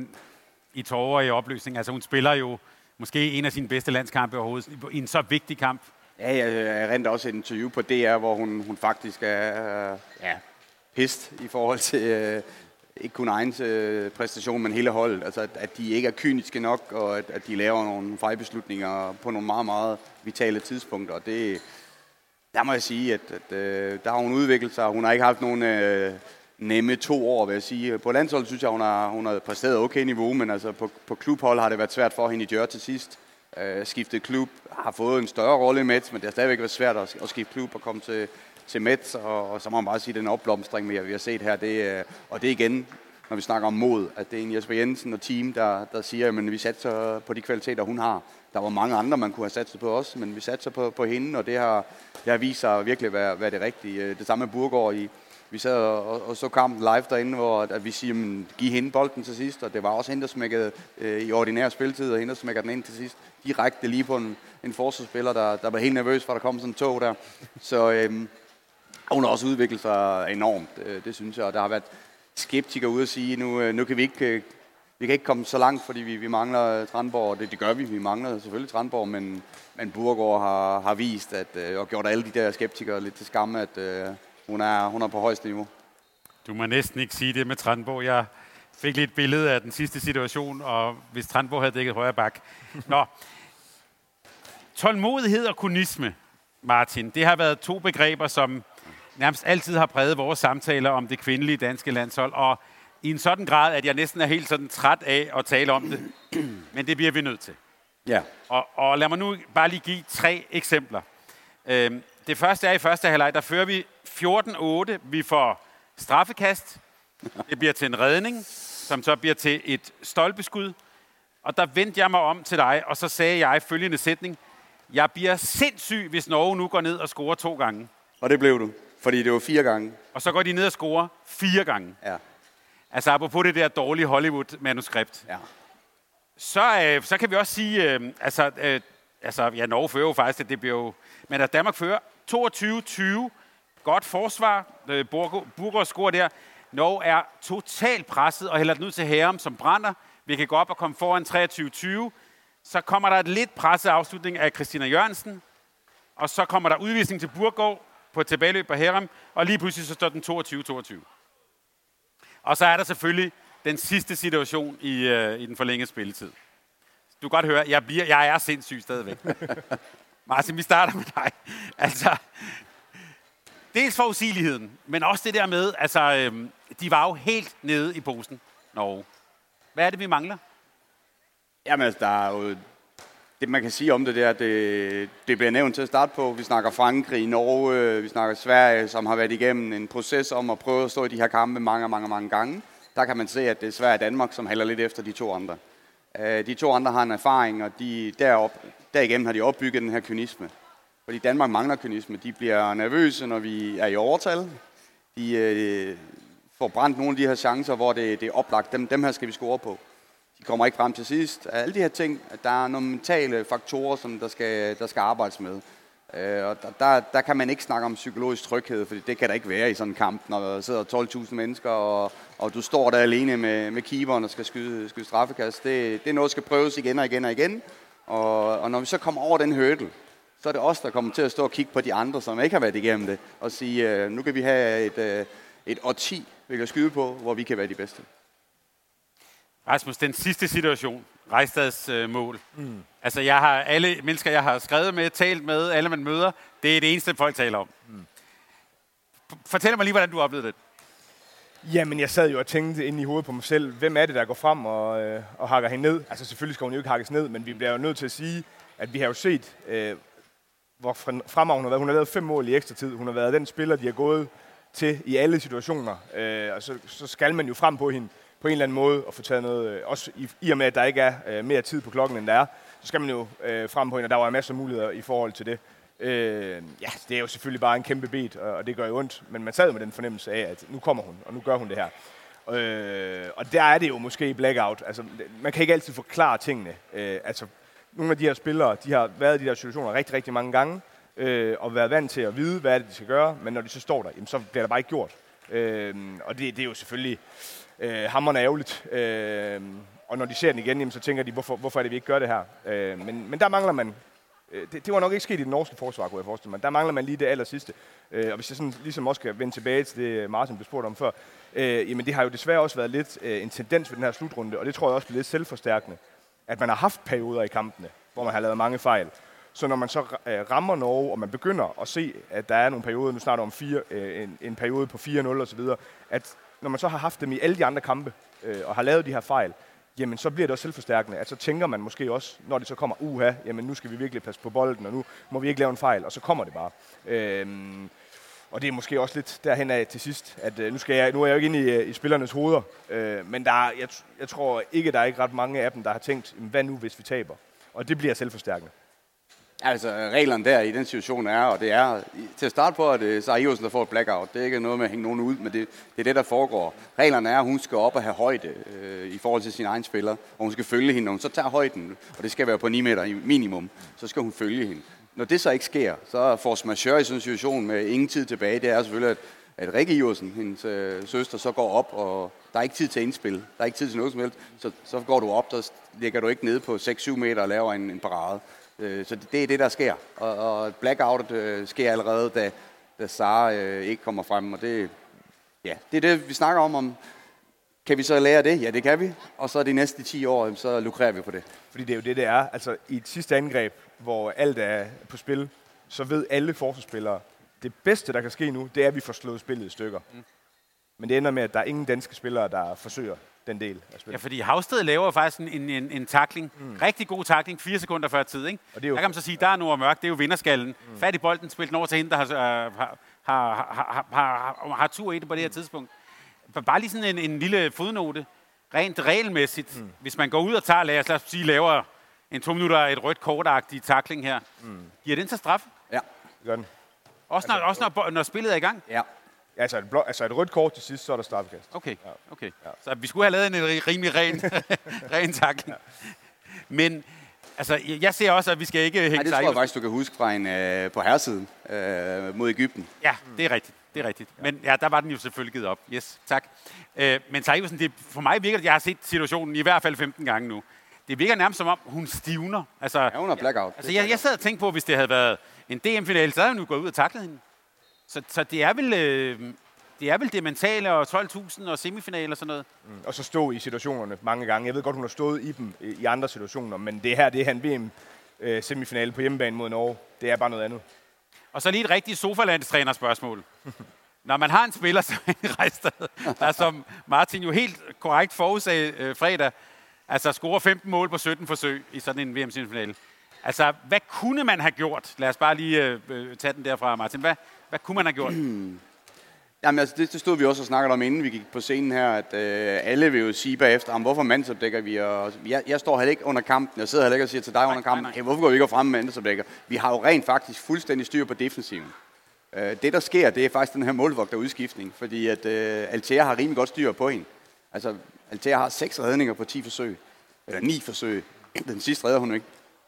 Speaker 2: i tårer i opløsning. Altså, hun spiller jo måske en af sine bedste landskampe overhovedet i en så vigtig kamp.
Speaker 3: Ja, jeg rent også et interview på D R, hvor hun, hun faktisk er ja, pist i forhold til... ikke kun egen øh, præstation, men hele holdet. Altså, at, at de ikke er kyniske nok, og at, at de laver nogle fejlbeslutninger på nogle meget, meget vitale tidspunkter. Og det, der må jeg sige, at, at øh, der har hun udviklet sig. Hun har ikke haft nogen øh, nemme to år, vil jeg sige. På landsholdet synes jeg, hun har, hun har præsteret okay niveau, men altså på, på klubhold har det været svært for hende i Djør til sidst. Øh, skiftet klub, har fået en større rolle i Mets, men det har stadigvæk været svært at, at skifte klub og komme til til Mets, og, og så må man bare sige, at den opblomstring, vi har, vi har set her, det, og det igen, når vi snakker om mod, at det er en Jesper Jensen og team, der, der siger, at vi satser på de kvaliteter, hun har. Der var mange andre, man kunne have satset på os, men vi satser på, på hende, og det har, det har vist sig virkelig at være, være det rigtige. Det samme med Burgård i. Vi sad og, og så kampen live derinde, hvor at vi siger, men, giv hende bolden til sidst, og det var også hende, der smækkede øh, i ordinær spiltid, og hende, der smækkede den ind til sidst. Direkte lige på en, en forsvarsspiller, der, der var helt nervøs, for der kom sådan en tog der. Så øhm, hun har også udviklet sig enormt, øh, det synes jeg, og der har været skeptikere ude at sige, nu, øh, nu kan vi ikke... Øh, Vi kan ikke komme så langt, fordi vi, vi mangler Tranborg, og det, det gør vi. Vi mangler selvfølgelig Tranborg, men, men Burgård har, har vist at, øh, og gjort alle de der skeptikere lidt til skamme, at øh, hun, er, hun er på højeste niveau.
Speaker 2: Du må næsten ikke sige det med Tranborg. Jeg fik lidt et billede af den sidste situation, og hvis Tranborg havde dækket højre bak. Nå. Tålmodighed og kunisme, Martin, det har været to begreber, som nærmest altid har præget vores samtaler om det kvindelige danske landshold, og i en sådan grad, at jeg næsten er helt sådan træt af at tale om det. Men det bliver vi nødt til.
Speaker 3: Ja.
Speaker 2: Og, og lad mig nu bare lige give tre eksempler. Øhm, det første er i første halvleg, der fører vi fjorten otte. Vi får straffekast. Det bliver til en redning, som så bliver til et stolpeskud. Og der vendte jeg mig om til dig, og så sagde jeg følgende sætning. Jeg bliver sindssyg, hvis Norge nu går ned og scorer to gange.
Speaker 3: Og det blev du, fordi det var fire gange.
Speaker 2: Og så går de ned og scorer fire gange.
Speaker 3: Ja.
Speaker 2: Altså apropos det der dårlige Hollywood-manuskript.
Speaker 3: Ja.
Speaker 2: Så, øh, så kan vi også sige, øh, altså, øh, altså, ja, Norge fører jo faktisk, at det bliver jo... Men at Danmark fører toogtyve tyve. Godt forsvar. Øh, Burgård scorer der. Norge er totalt presset og hælder den ud til Hærum, som brænder. Vi kan gå op og komme foran treogtyve tyve. Så kommer der et lidt presset afslutning af Christina Jørgensen. Og så kommer der udvisning til Burgård på et tilbageløb på Hærum. Og lige pludselig så står den toogtyve toogtyve. Og så er der selvfølgelig den sidste situation i, øh, i den forlængede spilletid. Du kan godt høre, jeg, bliver, jeg er sindssyg stadigvæk. Martin, vi starter med dig. Altså, dels forudsigeligheden, men også det der med, altså, øh, de var jo helt nede i posen, Norge. Hvad er det, vi mangler?
Speaker 3: Jamen, altså, der er jo... Det, man kan sige om det, det er, at det, det bliver nævnt til at starte på. Vi snakker Frankrig, Norge, vi snakker Sverige, som har været igennem en proces om at prøve at stå i de her kampe mange, mange, mange gange. Der kan man se, at det er Sverige og Danmark, som halder lidt efter de to andre. De to andre har en erfaring, og de derop, derigennem har de opbygget den her kynisme. Fordi Danmark mangler kynisme. De bliver nervøse, når vi er i overtal. De øh, får brændt nogle af de her chancer, hvor det, det er oplagt. Dem, dem her skal vi score på. De kommer ikke frem til sidst. Alle de her ting, der er nogle mentale faktorer, som der skal, der skal arbejdes med. Øh, og der, der, der kan man ikke snakke om psykologisk tryghed, for det kan der ikke være i sådan en kamp, når der sidder tolv tusind mennesker, og, og du står der alene med, med keeperen og skal skyde, skyde straffekast. Det, det er noget, der skal prøves igen og igen og igen. Og, og når vi så kommer over den hurdle, så er det os, der kommer til at stå og kigge på de andre, som ikke har været igennem det, og sige, øh, nu kan vi have et, et årti, vi kan skyde på, hvor vi kan være de bedste.
Speaker 2: Rasmus, den sidste situation, Rejstads øh, mål. Mm. Altså, jeg har alle mennesker, jeg har skrevet med, talt med, alle man møder, det er det eneste, folk taler om. Mm. Fortæl mig lige, hvordan du oplevede det.
Speaker 4: Jamen, jeg sad jo og tænkte ind i hovedet på mig selv, hvem er det, der går frem og, øh, og hakker hende ned? Altså, selvfølgelig skal hun jo ikke hakkes ned, men vi bliver jo nødt til at sige, at vi har jo set, øh, hvor fremad hun har været. Hun har lavet fem mål i ekstra tid. Hun har været den spiller, de har gået til i alle situationer. Øh, og så, så skal man jo frem på hende på en eller anden måde og få taget noget, også i, i og med, at der ikke er øh, mere tid på klokken, end der er, så skal man jo øh, frem på hende, og der var masser af muligheder i forhold til det. Øh, ja, det er jo selvfølgelig bare en kæmpe bed, og, og det gør jo ondt, men man sad med den fornemmelse af, at nu kommer hun, og nu gør hun det her. Øh, og der er det jo måske blackout. Altså, man kan ikke altid forklare tingene. Øh, altså, nogle af de her spillere, de har været i de her situationer rigtig, rigtig mange gange, øh, og været vant til at vide, hvad det, de skal gøre, men når de så står der, jamen, så bliver der bare ikke gjort. Øh, og det, det er jo selvfølgelig øh, hamrende ærgerligt. Øh, og når de ser den igen, jamen, så tænker de, hvorfor, hvorfor er det, vi ikke gør det her? Øh, men, men der mangler man. Øh, det, det var nok ikke sket i det norske forsvar, kunne jeg forestille mig. Der mangler man lige det aller sidste. Øh, og hvis jeg sådan, ligesom også skal vende tilbage til det, Martin blev spurgt om før, øh, jamen det har jo desværre også været lidt øh, en tendens ved den her slutrunde, og det tror jeg også bliver lidt selvforstærkende, at man har haft perioder i kampene, hvor man har lavet mange fejl. Så når man så øh, rammer Norge, og man begynder at se, at der er nogle perioder, nu snakker om fire, øh, en, en periode på fire nul osv., at når man så har haft dem i alle de andre kampe, øh, og har lavet de her fejl, jamen så bliver det også selvforstærkende, at så tænker man måske også, når det så kommer, uha, jamen nu skal vi virkelig passe på bolden, og nu må vi ikke lave en fejl, og så kommer det bare. Øh, Og det er måske også lidt derhen af til sidst, at øh, nu, skal jeg, nu er jeg jo ikke inde i, i spillernes hoveder, øh, men der er, jeg, jeg tror ikke, der er ikke ret mange af dem, der har tænkt, hvad nu, hvis vi taber? Og det bliver selvforstærkende.
Speaker 3: Altså, reglerne der i den situation er, og det er til at starte på, at det er Sara Iversen, der får et blackout. Det er ikke noget med at hænge nogen ud, men det, det er det, der foregår. Reglerne er, at hun skal op og have højde øh, i forhold til sin egen spiller, og hun skal følge hende, og hun så tager højden, og det skal være på ni meter minimum, så skal hun følge hende. Når det så ikke sker, så er force majeure i sådan en situation med ingen tid tilbage. Det er selvfølgelig, at, at Rikke Iversen, hendes øh, søster, så går op, og der er ikke tid til indspil. Der er ikke tid til noget som helst. Så, så går du op, der ligger du ikke nede på seks syv meter og laver en, en parade. Øh, så det, det er det, der sker. Og, og blackoutet øh, sker allerede, da, da Sara øh, ikke kommer frem. Og det, ja, det er det, vi snakker om. om Kan vi så lære det? Ja, det kan vi. Og så de næste ti år, så lukrerer vi på det.
Speaker 4: Fordi det er jo det, det er. Altså i et sidste angreb, hvor alt er på spil, så ved alle forsvarsspillere, det bedste, der kan ske nu, det er, at vi får slået spillet i stykker. Mm. Men det ender med, at der er ingen danske spillere, der forsøger den del af spillet.
Speaker 2: Ja, fordi Havsted laver faktisk en, en, en tackling. Mm. Rigtig god tackling, fire sekunder før tid, ikke? Og det er jo der kan man så sige, der er Nora Mørk, det er jo vinderskallen. Mm. Fat i bolden, spil den over til hende, der har, har, har, har, har, har, har tur i det på det her tidspunkt. Bare lige sådan en, en lille fodnote. Rent regelmæssigt, mm. hvis man går ud og tager, lad os, lad os sige, laver en to minutter et rødt kortagtig tackling her, mm. giver den så straf?
Speaker 3: Ja,
Speaker 4: det gør den.
Speaker 2: Også, når, altså, også når, når spillet er i gang?
Speaker 3: Ja.
Speaker 4: Ja, altså et, blok, altså et rødt kort til sidst, så er der straffekast.
Speaker 2: Okay, okay. Ja. Så vi skulle have lavet en rimelig ren, ren tackling. Ja. Men altså, jeg ser også, at vi skal ikke hænge sig.
Speaker 3: Nej, det tror jeg faktisk, du kan huske fra en øh, på herresiden øh, mod Egypten.
Speaker 2: Ja, det er rigtigt. Det er rigtigt. Men ja, der var den jo selvfølgelig givet op. Yes, tak. Øh, men Sara Iversen, det, for mig virker det, jeg har set situationen i hvert fald femten gange nu. Det virker nærmest som om, hun stivner. Altså,
Speaker 3: ja, hun har blackout.
Speaker 2: Altså, jeg, jeg sad og tænkte på, hvis det havde været en D M-finale, så havde hun jo gået ud og taklet hende. Så, så det er vel... Øh, Det er vel det mentale og tolv tusind og semifinal og sådan noget.
Speaker 4: Mm. Og så stå i situationerne mange gange. Jeg ved godt, hun har stået i dem i andre situationer, men det her, det er en V M-semifinale på hjemmebane mod Norge. Det er bare noget andet.
Speaker 2: Og så lige et rigtigt sofalandstrænerspørgsmål. Når man har en spiller som en Rejstad, der som Martin jo helt korrekt forudsagde øh, fredag, altså scorer femten mål på sytten forsøg i sådan en V M-semifinale. Altså, hvad kunne man have gjort? Lad os bare lige øh, tage den derfra, Martin. Hvad, hvad kunne man have gjort?
Speaker 3: Jamen, altså, det, det stod vi også og snakkede om, inden vi gik på scenen her, at øh, alle vil jo sige bagefter, hvorfor mandsopdækker vi? Og jeg, jeg står heller ikke under kampen. Jeg sidder heller ikke og siger til dig nej, under kampen, nej, nej. Hey, hvorfor går vi ikke frem med mandsopdækker? Vi har jo rent faktisk fuldstændig styr på defensiven. Øh, det, der sker, det er faktisk den her målvogterudskiftning, fordi at øh, Altea har rimelig godt styr på hende. Altså, Altea har seks redninger på ti forsøg, eller ni forsøg. Den sidste redder hun ikke.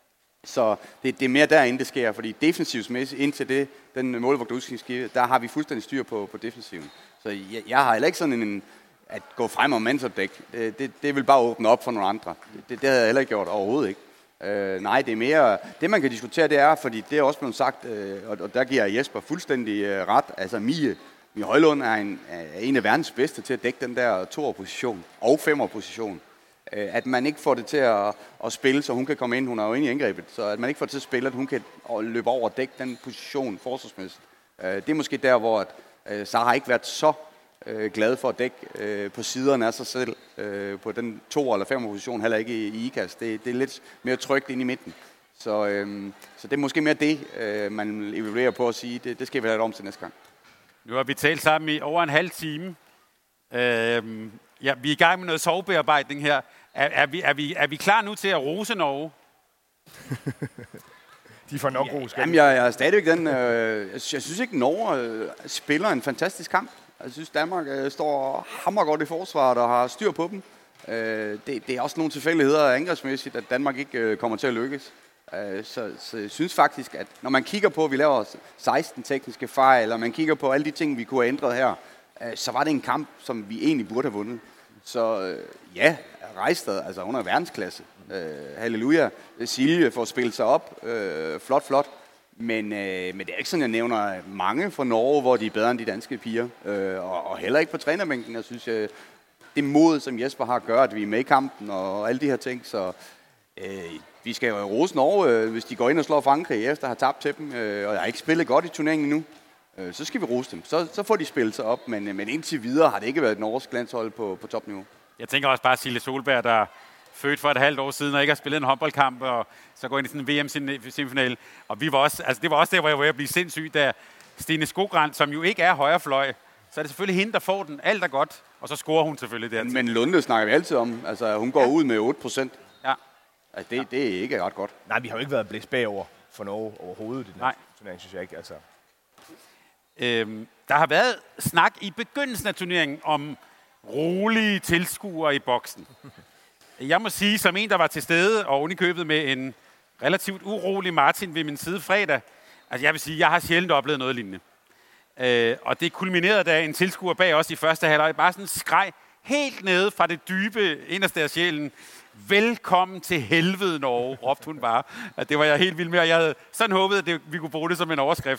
Speaker 3: Så det, det er mere derinde, det sker, fordi defensivsmæssigt indtil det, den målvogterudskiftning, der har vi fuldstændig styr på, på defensiven. Så jeg, jeg har heller ikke sådan en, at gå frem og mandsopdæk. Det, det, det vil bare åbne op for nogle andre. Det, det havde jeg heller ikke gjort overhovedet ikke. Øh, nej, det er mere, det man kan diskutere, det er, fordi det er også blevet sagt, øh, og, og der giver Jesper fuldstændig øh, ret, altså Mie, Mie Højlund er en, er en af verdens bedste til at dække den der toer-position og femmer-position. At man ikke får det til at, at spille, så hun kan komme ind, hun er jo inde i angrebet, så at man ikke får det til at spille, at hun kan løbe over og dække den position forsvarsmæssigt. Det er måske der, hvor at Sara har ikke været så glad for at dække på siderne af sig selv, på den to- eller fem-position, heller ikke i ikast. Det, det er lidt mere trygt ind i midten. Så, øhm, så det er måske mere det, øh, man evaluerer på at sige, det, det skal vi have om til næste gang.
Speaker 2: Nu har vi talt sammen i over en halv time. Øhm, ja, vi er i gang med noget sovebearbejdning her. Er, er, vi, er, vi, er vi klar nu til at rose Norge?
Speaker 4: De får nok god skæld.
Speaker 3: Jamen, jeg, jeg er stadigvæk den... Øh, jeg synes ikke, Norge øh, spiller en fantastisk kamp. Jeg synes, Danmark øh, står hammergodt i forsvaret og har styr på dem. Øh, det, det er også nogle tilfældigheder angrebsmæssigt, at Danmark ikke øh, kommer til at lykkes. Øh, så, så jeg synes faktisk, at når man kigger på, at vi laver seksten tekniske fejl, og man kigger på alle de ting, vi kunne have ændret her, øh, så var det en kamp, som vi egentlig burde have vundet. Så øh, ja, Rejstad, altså hun er verdensklasse. Øh, halleluja. Silje får spillet sig op. Øh, flot, flot. Men, øh, men det er ikke sådan, jeg nævner mange fra Norge, hvor de er bedre end de danske piger. Øh, og, og heller ikke på trænerbænken. Jeg synes, øh, det mod, som Jesper har, gør, at vi er med i kampen og alle de her ting. Så øh, vi skal jo rose Norge, øh, hvis de går ind og slår Frankrig efter at have tabt til dem. Øh, og jeg har ikke spillet godt i turneringen endnu. Øh, så skal vi rose dem. Så, så får de spillet sig op. Men, men indtil videre har det ikke været et norsk landshold på, på topniveau.
Speaker 2: Jeg tænker også bare Silje Solberg, der født for et halvt år siden og ikke har spillet en håndboldkamp, og så går ind i sådan en V M-semifinal. Og vi var også, altså det var også der, hvor jeg var ved at blive sindssyg, da, Stine Skogran, som jo ikke er højrefløj, så er det selvfølgelig hende, der får den. Alt er godt, og så scorer hun selvfølgelig der.
Speaker 3: Men Lunde snakker vi altid om. Altså, hun går ja. ud med otte procent.
Speaker 2: Ja.
Speaker 3: Altså, det, det er ikke ret godt.
Speaker 4: Nej, vi har jo ikke været blæst bagover for Norge overhovedet i den
Speaker 2: Nej.
Speaker 4: turnering, synes jeg ikke. Altså.
Speaker 2: Øhm, der har været snak i begyndelsen af turneringen om rolige tilskuere i boksen. Jeg må sige, som en, der var til stede og ovenikøbet med en relativt urolig Martin ved min side fredag, altså jeg vil sige, jeg har sjældent oplevet noget lignende. Øh, og det kulminerede, da en tilskuer bag os i første halvleg bare sådan skreg helt nede fra det dybe inderste af sjælen. Velkommen til helvede, Norge, råbte hun bare. At det var jeg helt vild med, og jeg havde sådan håbet, at det, vi kunne bruge det som en overskrift.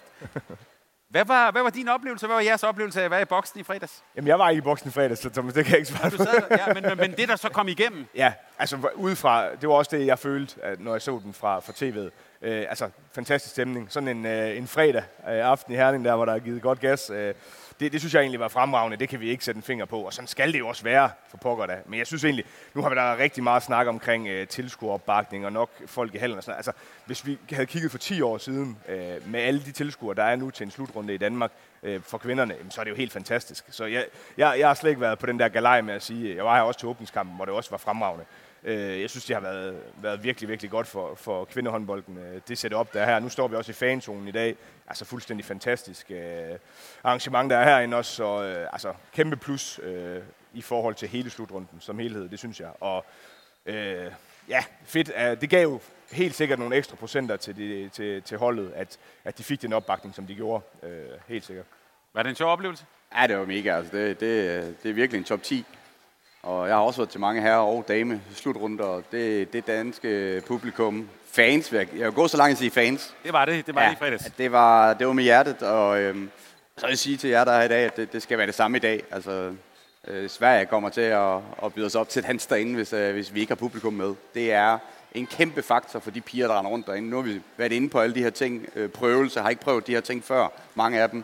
Speaker 2: Hvad var, hvad var din oplevelse? Hvad var jeres oplevelse af at være i boksen i fredags?
Speaker 4: Jamen, jeg var ikke i boksen i fredags, så Thomas, det kan jeg ikke svare
Speaker 2: på. Ja, men, men det, der så kom igennem?
Speaker 4: Ja, altså udefra, det var også det, jeg følte, når jeg så den fra, fra T V'et. Øh, altså, fantastisk stemning. Sådan en, øh, en fredag øh, aften i Herning, der hvor der er givet godt gas. Øh, det, det synes jeg egentlig var fremragende. Det kan vi ikke sætte en finger på. Og sådan skal det jo også være for pokker da. Men jeg synes egentlig, nu har vi der rigtig meget snak omkring øh, tilskueropbakning og nok folk i hallen og sådan noget. Altså, hvis vi havde kigget for ti år siden øh, med alle de tilskuere, der er nu til en slutrunde i Danmark øh, for kvinderne, så er det jo helt fantastisk. Så jeg, jeg, jeg har slet ikke været på den der galej med at sige, jeg var her også til åbningskampen, hvor det også var fremragende. Jeg synes, det har været, været virkelig, virkelig godt for, for kvindehåndbolden. Det setup, der er her. Nu står vi også i fanzonen i dag. Altså fuldstændig fantastisk øh, arrangement, der er herinde også. Så øh, altså, kæmpe plus øh, i forhold til hele slutrunden som helhed, det synes jeg. Og øh, ja, fedt. Øh, det gav jo helt sikkert nogle ekstra procenter til, de, til, til holdet, at, at de fik den opbakning, som de gjorde. Øh, helt sikkert.
Speaker 2: Var det en sjov oplevelse?
Speaker 3: Ja, det var mega. Altså, det, det, det er virkelig en top ti. Og jeg har også været til mange herre og dame slutrunder, og det, det danske publikum, fans, jeg vil gå så langt at sige fans.
Speaker 2: Det var det, det var ja, det i fredags.
Speaker 3: Det var, det var med hjertet, og øhm, så vil jeg sige til jer, der er i dag, at det, det skal være det samme i dag. Altså, øh, Sverige kommer til at, at byde os op til dans derinde, hvis, øh, hvis vi ikke har publikum med. Det er en kæmpe faktor for de piger, der render rundt derinde. Nu har vi været inde på alle de her ting, øh, prøvelser, har ikke prøvet de her ting før, mange af dem.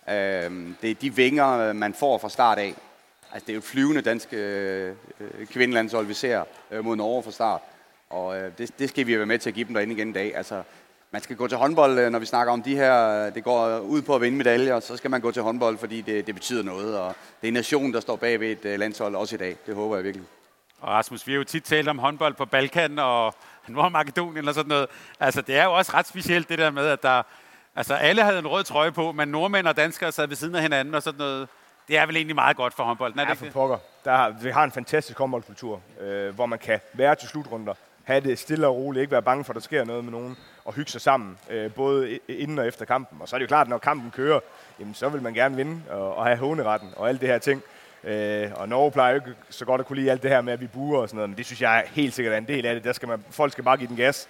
Speaker 3: Øh, det er de vinger, man får fra start af. Altså, det er jo et flyvende danske øh, kvindelandshold, vi ser øh, mod Norge fra start. Og øh, det, det skal vi være med til at give dem derinde igen i dag. Altså, man skal gå til håndbold, øh, når vi snakker om de her, det går ud på at vinde medaljer, så skal man gå til håndbold, fordi det, det betyder noget. Og det er nationen, der står bag ved et øh, landshold også i dag. Det håber jeg virkelig.
Speaker 2: Og Rasmus, vi har jo tit talt om håndbold på Balkan og Nordmakedonien og sådan noget. Altså, det er jo også ret specielt det der med, at der, altså, alle havde en rød trøje på, men nordmænd og danskere sad ved siden af hinanden og sådan noget. Det er vel egentlig meget godt for håndbolden, er det
Speaker 4: ja,
Speaker 2: ikke
Speaker 4: for pokker. Der, vi har en fantastisk håndboldkultur, øh, hvor man kan være til slutrunder, have det stille og roligt, ikke være bange for, at der sker noget med nogen, og hygge sig sammen, øh, både inden og efter kampen. Og så er det jo klart, at når kampen kører, jamen, så vil man gerne vinde og, og have håneretten og alt det her ting. Øh, og Norge plejer jo ikke så godt at kunne lide alt det her med, at vi buer og sådan noget, men det synes jeg er helt sikkert er en del af det. Der skal man, folk skal bare give den gas.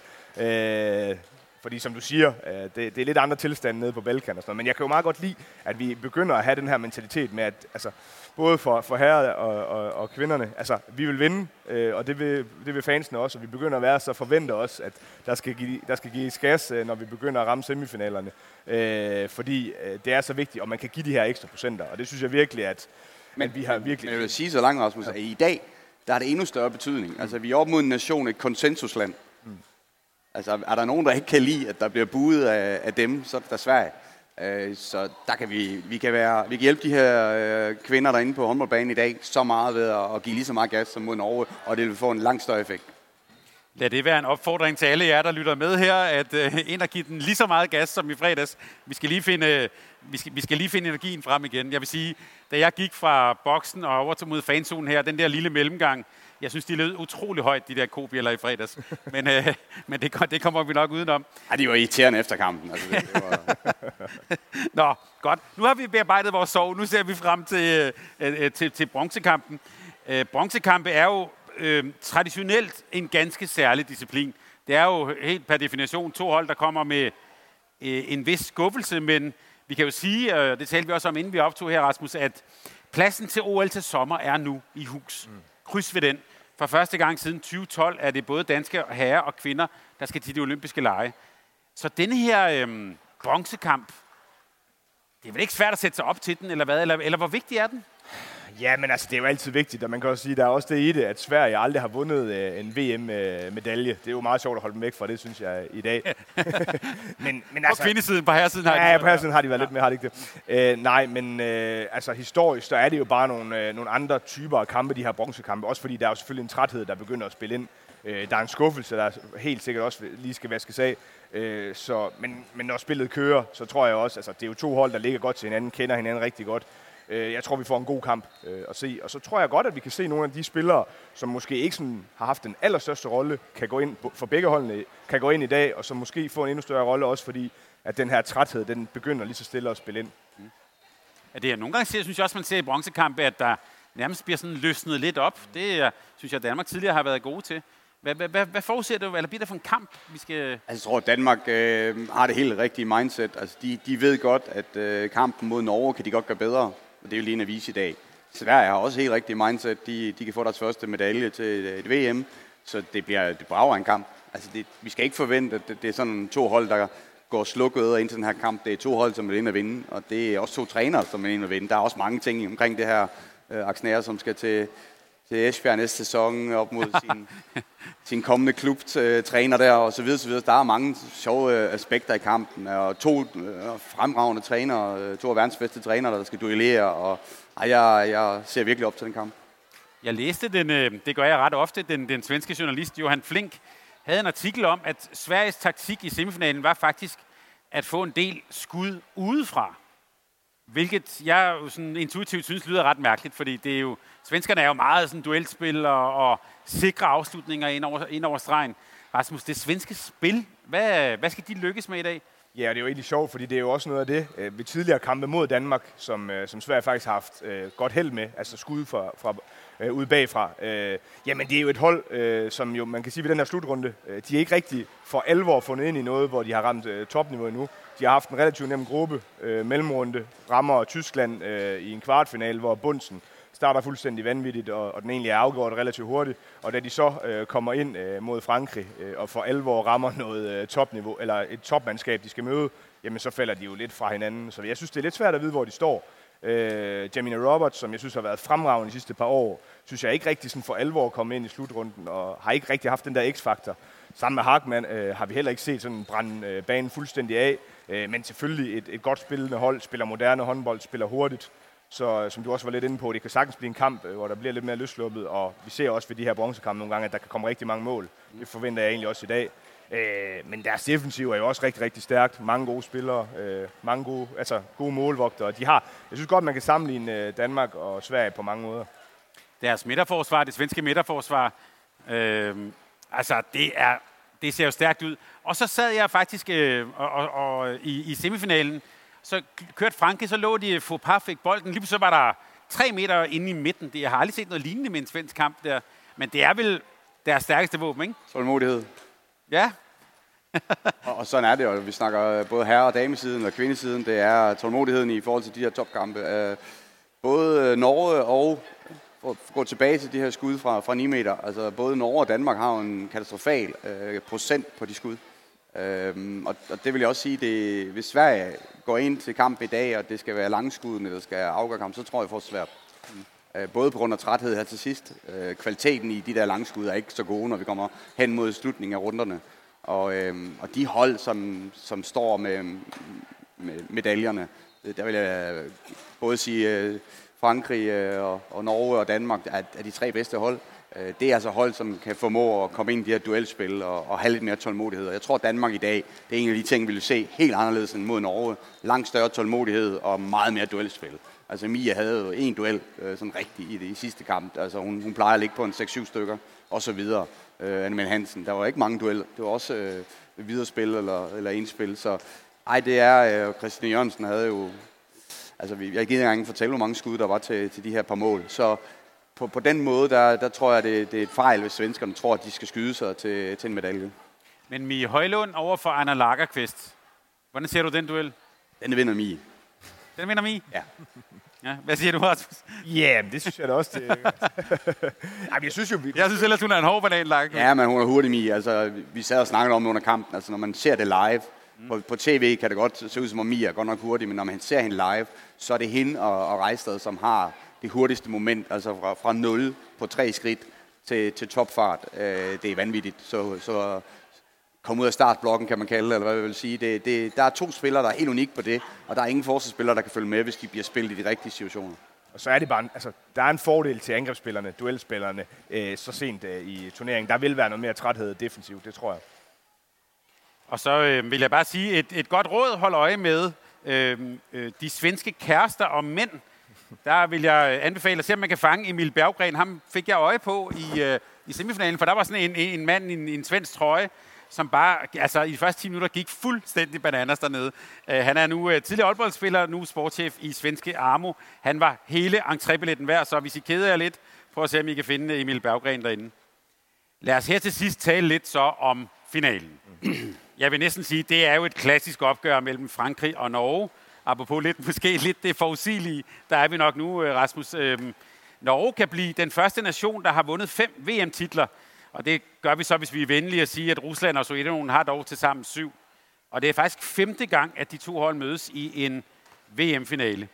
Speaker 4: Øh, Fordi som du siger, det, det er lidt andre tilstande nede på Balkan og sådan noget. Men jeg kan jo meget godt lide, at vi begynder at have den her mentalitet med, at altså, både for, for herrer og, og, og kvinderne, altså vi vil vinde, øh, og det vil, det vil fansene også, og vi begynder at være så forventer os, at der skal, give, der skal gives gas, når vi begynder at ramme semifinalerne. Øh, fordi øh, det er så vigtigt, og man kan give de her ekstra procenter, og det synes jeg virkelig, at,
Speaker 3: men,
Speaker 4: at vi har virkelig...
Speaker 3: Men jeg vil sige så langt, Rasmus, at i dag, der er det endnu større betydning. Mm. Altså vi er op mod en nation, et konsensusland. Mm. Altså, er der nogen, der ikke kan lide, at der bliver buet af, af dem, så er det der Sverige. Øh, så der kan vi, vi, kan være, vi kan hjælpe de her øh, kvinder derinde på håndboldbanen i dag så meget ved at, at give lige så meget gas som mod Norge, og det vil få en langt større effekt.
Speaker 2: Lad det være en opfordring til alle jer, der lytter med her, at øh, ind og give den lige så meget gas som i fredags. Vi skal, lige finde, vi, skal, vi skal lige finde energien frem igen. Jeg vil sige, da jeg gik fra boksen og over til mod fanzonen her, den der lille mellemgang, jeg synes, de lød utrolig højt, de der kobjæller i fredags. Men, øh, men det, det kommer vi nok udenom.
Speaker 3: Ja, de var irriterende efter kampen. Altså, det, det var...
Speaker 2: Nå, godt. Nu har vi bearbejdet vores sorg. Nu ser vi frem til, øh, til, til bronzekampen. Øh, bronzekampe er jo øh, traditionelt en ganske særlig disciplin. Det er jo helt per definition to hold, der kommer med øh, en vis skuffelse, men vi kan jo sige, og øh, det talte vi også om, inden vi optog her, Rasmus, at pladsen til O L til sommer er nu i hus. Mm. Kryds ved den. For første gang siden tyve tolv er det både danske herrer og kvinder, der skal til de olympiske lege. Så denne her øh, bronzekamp, det er vel ikke svært at sætte sig op til den, eller hvad? Eller, eller hvor vigtig er den?
Speaker 4: Ja, men altså, det er jo altid vigtigt, og man kan også sige, at der er også det i det, at Sverige aldrig har vundet øh, en V M-medalje. Det er jo meget sjovt at holde dem væk fra det, synes jeg, i dag.
Speaker 2: men, men altså, på kvindesiden, på herresiden har de...
Speaker 4: Ja, på herresiden har de været ja. lidt mere, har de ikke det? Øh, nej, men øh, altså, historisk, der er det jo bare nogle, øh, nogle andre typer af kampe, de her bronzekampe. Også fordi der er jo selvfølgelig en træthed, der begynder at spille ind. Øh, der er en skuffelse, der helt sikkert også lige skal vaskes af. Øh, så, men, men når spillet kører, så tror jeg også, altså, det er jo to hold, der ligger godt til hinanden, kender hinanden rigtig godt. Jeg tror, vi får en god kamp øh, at se. Og så tror jeg godt, at vi kan se nogle af de spillere, som måske ikke sådan har haft den allerstørste rolle, kan gå ind for begge holdene, kan gå ind i dag, og så måske få en endnu større rolle, også fordi, at den her træthed, den begynder lige så stille at spille ind. Mm.
Speaker 2: Ja, det er nogle gange, synes jeg også, man ser i bronzekampe, at der nærmest bliver sådan løsnet lidt op. Det synes jeg, Danmark tidligere har været gode til. Hvad, hvad, hvad, hvad forudser du, eller bliver det for en kamp, vi skal...
Speaker 3: Altså, jeg tror, at Danmark øh, har det helt rigtige mindset. Altså, de, de ved godt, at øh, kampen mod Norge kan de godt gøre bedre. Og det er jo lige en avis i dag. Sverige har også helt rigtig mindset. De, de kan få deres første medalje til et V M, så det bliver det brager en kamp. Altså det, vi skal ikke forvente, at det, det er sådan to hold, der går slukket ind til den her kamp. Det er to hold, som er inde at vinde, og det er også to trænere, som er inde at vinde. Der er også mange ting omkring det her. Øh, Axner, som skal til, til Esbjerg næste sæson op mod sin, sin kommende klubtræner der, og så videre, så videre. Der er mange sjove aspekter i kampen, og to øh, fremragende trænere, to af verdens bedste trænere, der skal duellere, og ej, jeg, jeg ser virkelig op til den kamp.
Speaker 2: Jeg læste den, det gør jeg ret ofte, den, den svenske journalist Johan Flink havde en artikel om, at Sveriges taktik i semifinalen var faktisk at få en del skud udefra. Hvilket jeg jo sådan intuitivt synes lyder ret mærkeligt, fordi det er jo, svenskerne er jo meget sådan duelspil og, og sikre afslutninger ind over, ind over stregen. Rasmus, det svenske spil, hvad, hvad skal de lykkes med i dag?
Speaker 4: Ja, det er jo egentlig sjovt, fordi det er jo også noget af det øh, ved tidligere kampe mod Danmark, som, øh, som Sverige faktisk har haft øh, godt held med, altså skud fra, fra øh, ude bagfra. Øh, jamen, det er jo et hold, øh, som jo, man kan sige ved den her slutrunde, øh, de er ikke rigtig for alvor fundet ind i noget, hvor de har ramt øh, topniveau endnu. De har haft en relativt nem gruppe, øh, mellemrunde, rammer Tyskland øh, i en kvartfinale, hvor Bunsen starter fuldstændig vanvittigt, og, og den egentlig er afgjort relativt hurtigt. Og da de så øh, kommer ind øh, mod Frankrig øh, og for alvor rammer noget øh, topniveau, eller et topmandskab, de skal møde, jamen så falder de jo lidt fra hinanden. Så jeg synes, det er lidt svært at vide, hvor de står. Øh, Jamina Roberts, som jeg synes har været fremragende de sidste par år, synes jeg ikke rigtig sådan for alvor komme ind i slutrunden, og har ikke rigtig haft den der X-faktor. Sammen med Harkman øh, har vi heller ikke set sådan brænde øh, banen fuldstændig af, øh, men selvfølgelig et, et godt spillende hold, spiller moderne håndbold, spiller hurtigt. Så som du også var lidt inde på, det kan sagtens blive en kamp, hvor der bliver lidt mere løsluppet, og vi ser også ved de her bronzekampe nogle gange, at der kan komme rigtig mange mål. Det forventer jeg egentlig også i dag. Øh, men deres defensiv er jo også rigtig, rigtig stærkt. Mange gode spillere, øh, mange gode, altså gode målvogtere. De har, jeg synes godt, man kan sammenligne Danmark og Sverige på mange måder.
Speaker 2: Deres midterforsvar, det svenske midterforsvar, øh, altså det er, det ser jo stærkt ud. Og så sad jeg faktisk øh, og, og, og, i, i semifinalen. Så kørte Frankrig, så lå de få par fik bolden. Lige så var der tre meter inde i midten. Det, jeg har aldrig set noget lignende med en svensk kamp der. Men det er vel deres stærkeste våben, ikke?
Speaker 3: Tålmodighed.
Speaker 2: Ja.
Speaker 3: og, og sådan er det jo. Vi snakker både herre- og damesiden og kvindesiden. Det er tålmodigheden i forhold til de her topkampe. Uh, både Norge og, for at gå tilbage til de her skud fra, fra ni meter, altså både Norge og Danmark har en katastrofal uh, procent på de skud. Øhm, og, og det vil jeg også sige, det, hvis Sverige går ind til kamp i dag, og det skal være langskuddene, der skal afgøre kamp, så tror jeg får svært. Mm. Øh, både på grund af træthed her til sidst. Øh, kvaliteten i de der langskud er ikke så gode, når vi kommer hen mod slutningen af runderne. Og, øhm, og de hold, som, som står med, med medaljerne, der vil jeg både sige øh, Frankrig øh, og, og Norge og Danmark er, er de tre bedste hold. Det er altså hold, som kan formå at komme ind i de her duelspil og, og have lidt mere tålmodighed. Jeg tror, at Danmark i dag, det er en af de ting, vi vil se helt anderledes end mod Norge. Langt større tålmodighed og meget mere duelspil. Altså Mia havde jo en duel øh, sådan rigtig i det i sidste kamp. Altså hun, hun plejer at ligge på en seks syv stykker og så videre. Øh, Anne-Mette Hansen, der var ikke mange dueller. Det var også øh, viderespil eller, eller indspil. Så ej, det er, øh, Christian Jørgensen havde jo, altså jeg gider ikke engang fortælle, hvor mange skud der var til, til de her par mål. Så På, på den måde, der, der tror jeg, det, det er et fejl, hvis svenskerne tror, at de skal skyde sig til, til en medalje.
Speaker 2: Men Mie Højlund over for Anna Lagerqvist. Hvordan ser du den duel?
Speaker 3: Den vinder Mie.
Speaker 2: Den vinder Mie?
Speaker 3: Ja.
Speaker 2: Ja. Hvad siger du, Rasmus?
Speaker 4: Ja, yeah, det synes jeg da også. Det... Ej, jeg synes jo, vi...
Speaker 2: Jeg synes ellers, hun er en hård banan, Lagerqvist.
Speaker 3: Ja, men hun er hurtig, Mie. Altså, vi sad og snakkede om det under kampen. Altså, når man ser det live, mm. på, på tv kan det godt se ud som om Mie er godt nok hurtig, men når man ser hende live, så er det hende og, og Reistad, som har det hurtigste moment, altså fra, fra nul på tre skridt til, til topfart. Øh, det er vanvittigt. Så, så komme ud af startblokken, kan man kalde det, eller hvad jeg vil sige. Det, det, der er to spillere, der er helt unikke på det, og der er ingen forsvarsspillere, der kan følge med, hvis de bliver spillet i de rigtige situationer.
Speaker 4: Og så er det bare, en, altså, der er en fordel til angrebsspillerne, duelspillerne, øh, så sent øh, i turneringen. Der vil være noget mere træthed defensivt, det tror jeg.
Speaker 2: Og så øh, vil jeg bare sige et, et godt råd, hold øje med øh, øh, de svenske kærester og mænd. Der vil jeg anbefale at se, om man kan fange Emil Berggren. Ham fik jeg øje på i, øh, i semifinalen, for der var sådan en, en mand i en, en svensk trøje, som bare altså, i de første ti minutter gik fuldstændig bananas dernede. Uh, han er nu uh, tidligere oldboldspiller, nu sportschef i svenske Armo. Han var hele entrébilletten værd, så hvis I keder jer lidt, prøv at se, om I kan finde Emil Berggren derinde. Lad os her til sidst tale lidt så om finalen. Jeg vil næsten sige, det er jo et klassisk opgør mellem Frankrig og Norge. Apropos lidt, måske lidt det forudsigelige, der er vi nok nu, Rasmus. Uh, Norge kan blive den første nation, der har vundet fem V M-titler. Og det gør vi så, hvis vi er venlige at sige, at Rusland og Sovjetunionen har dog til sammen syv. Og det er faktisk femte gang, at de to hold mødes i en V M-finale.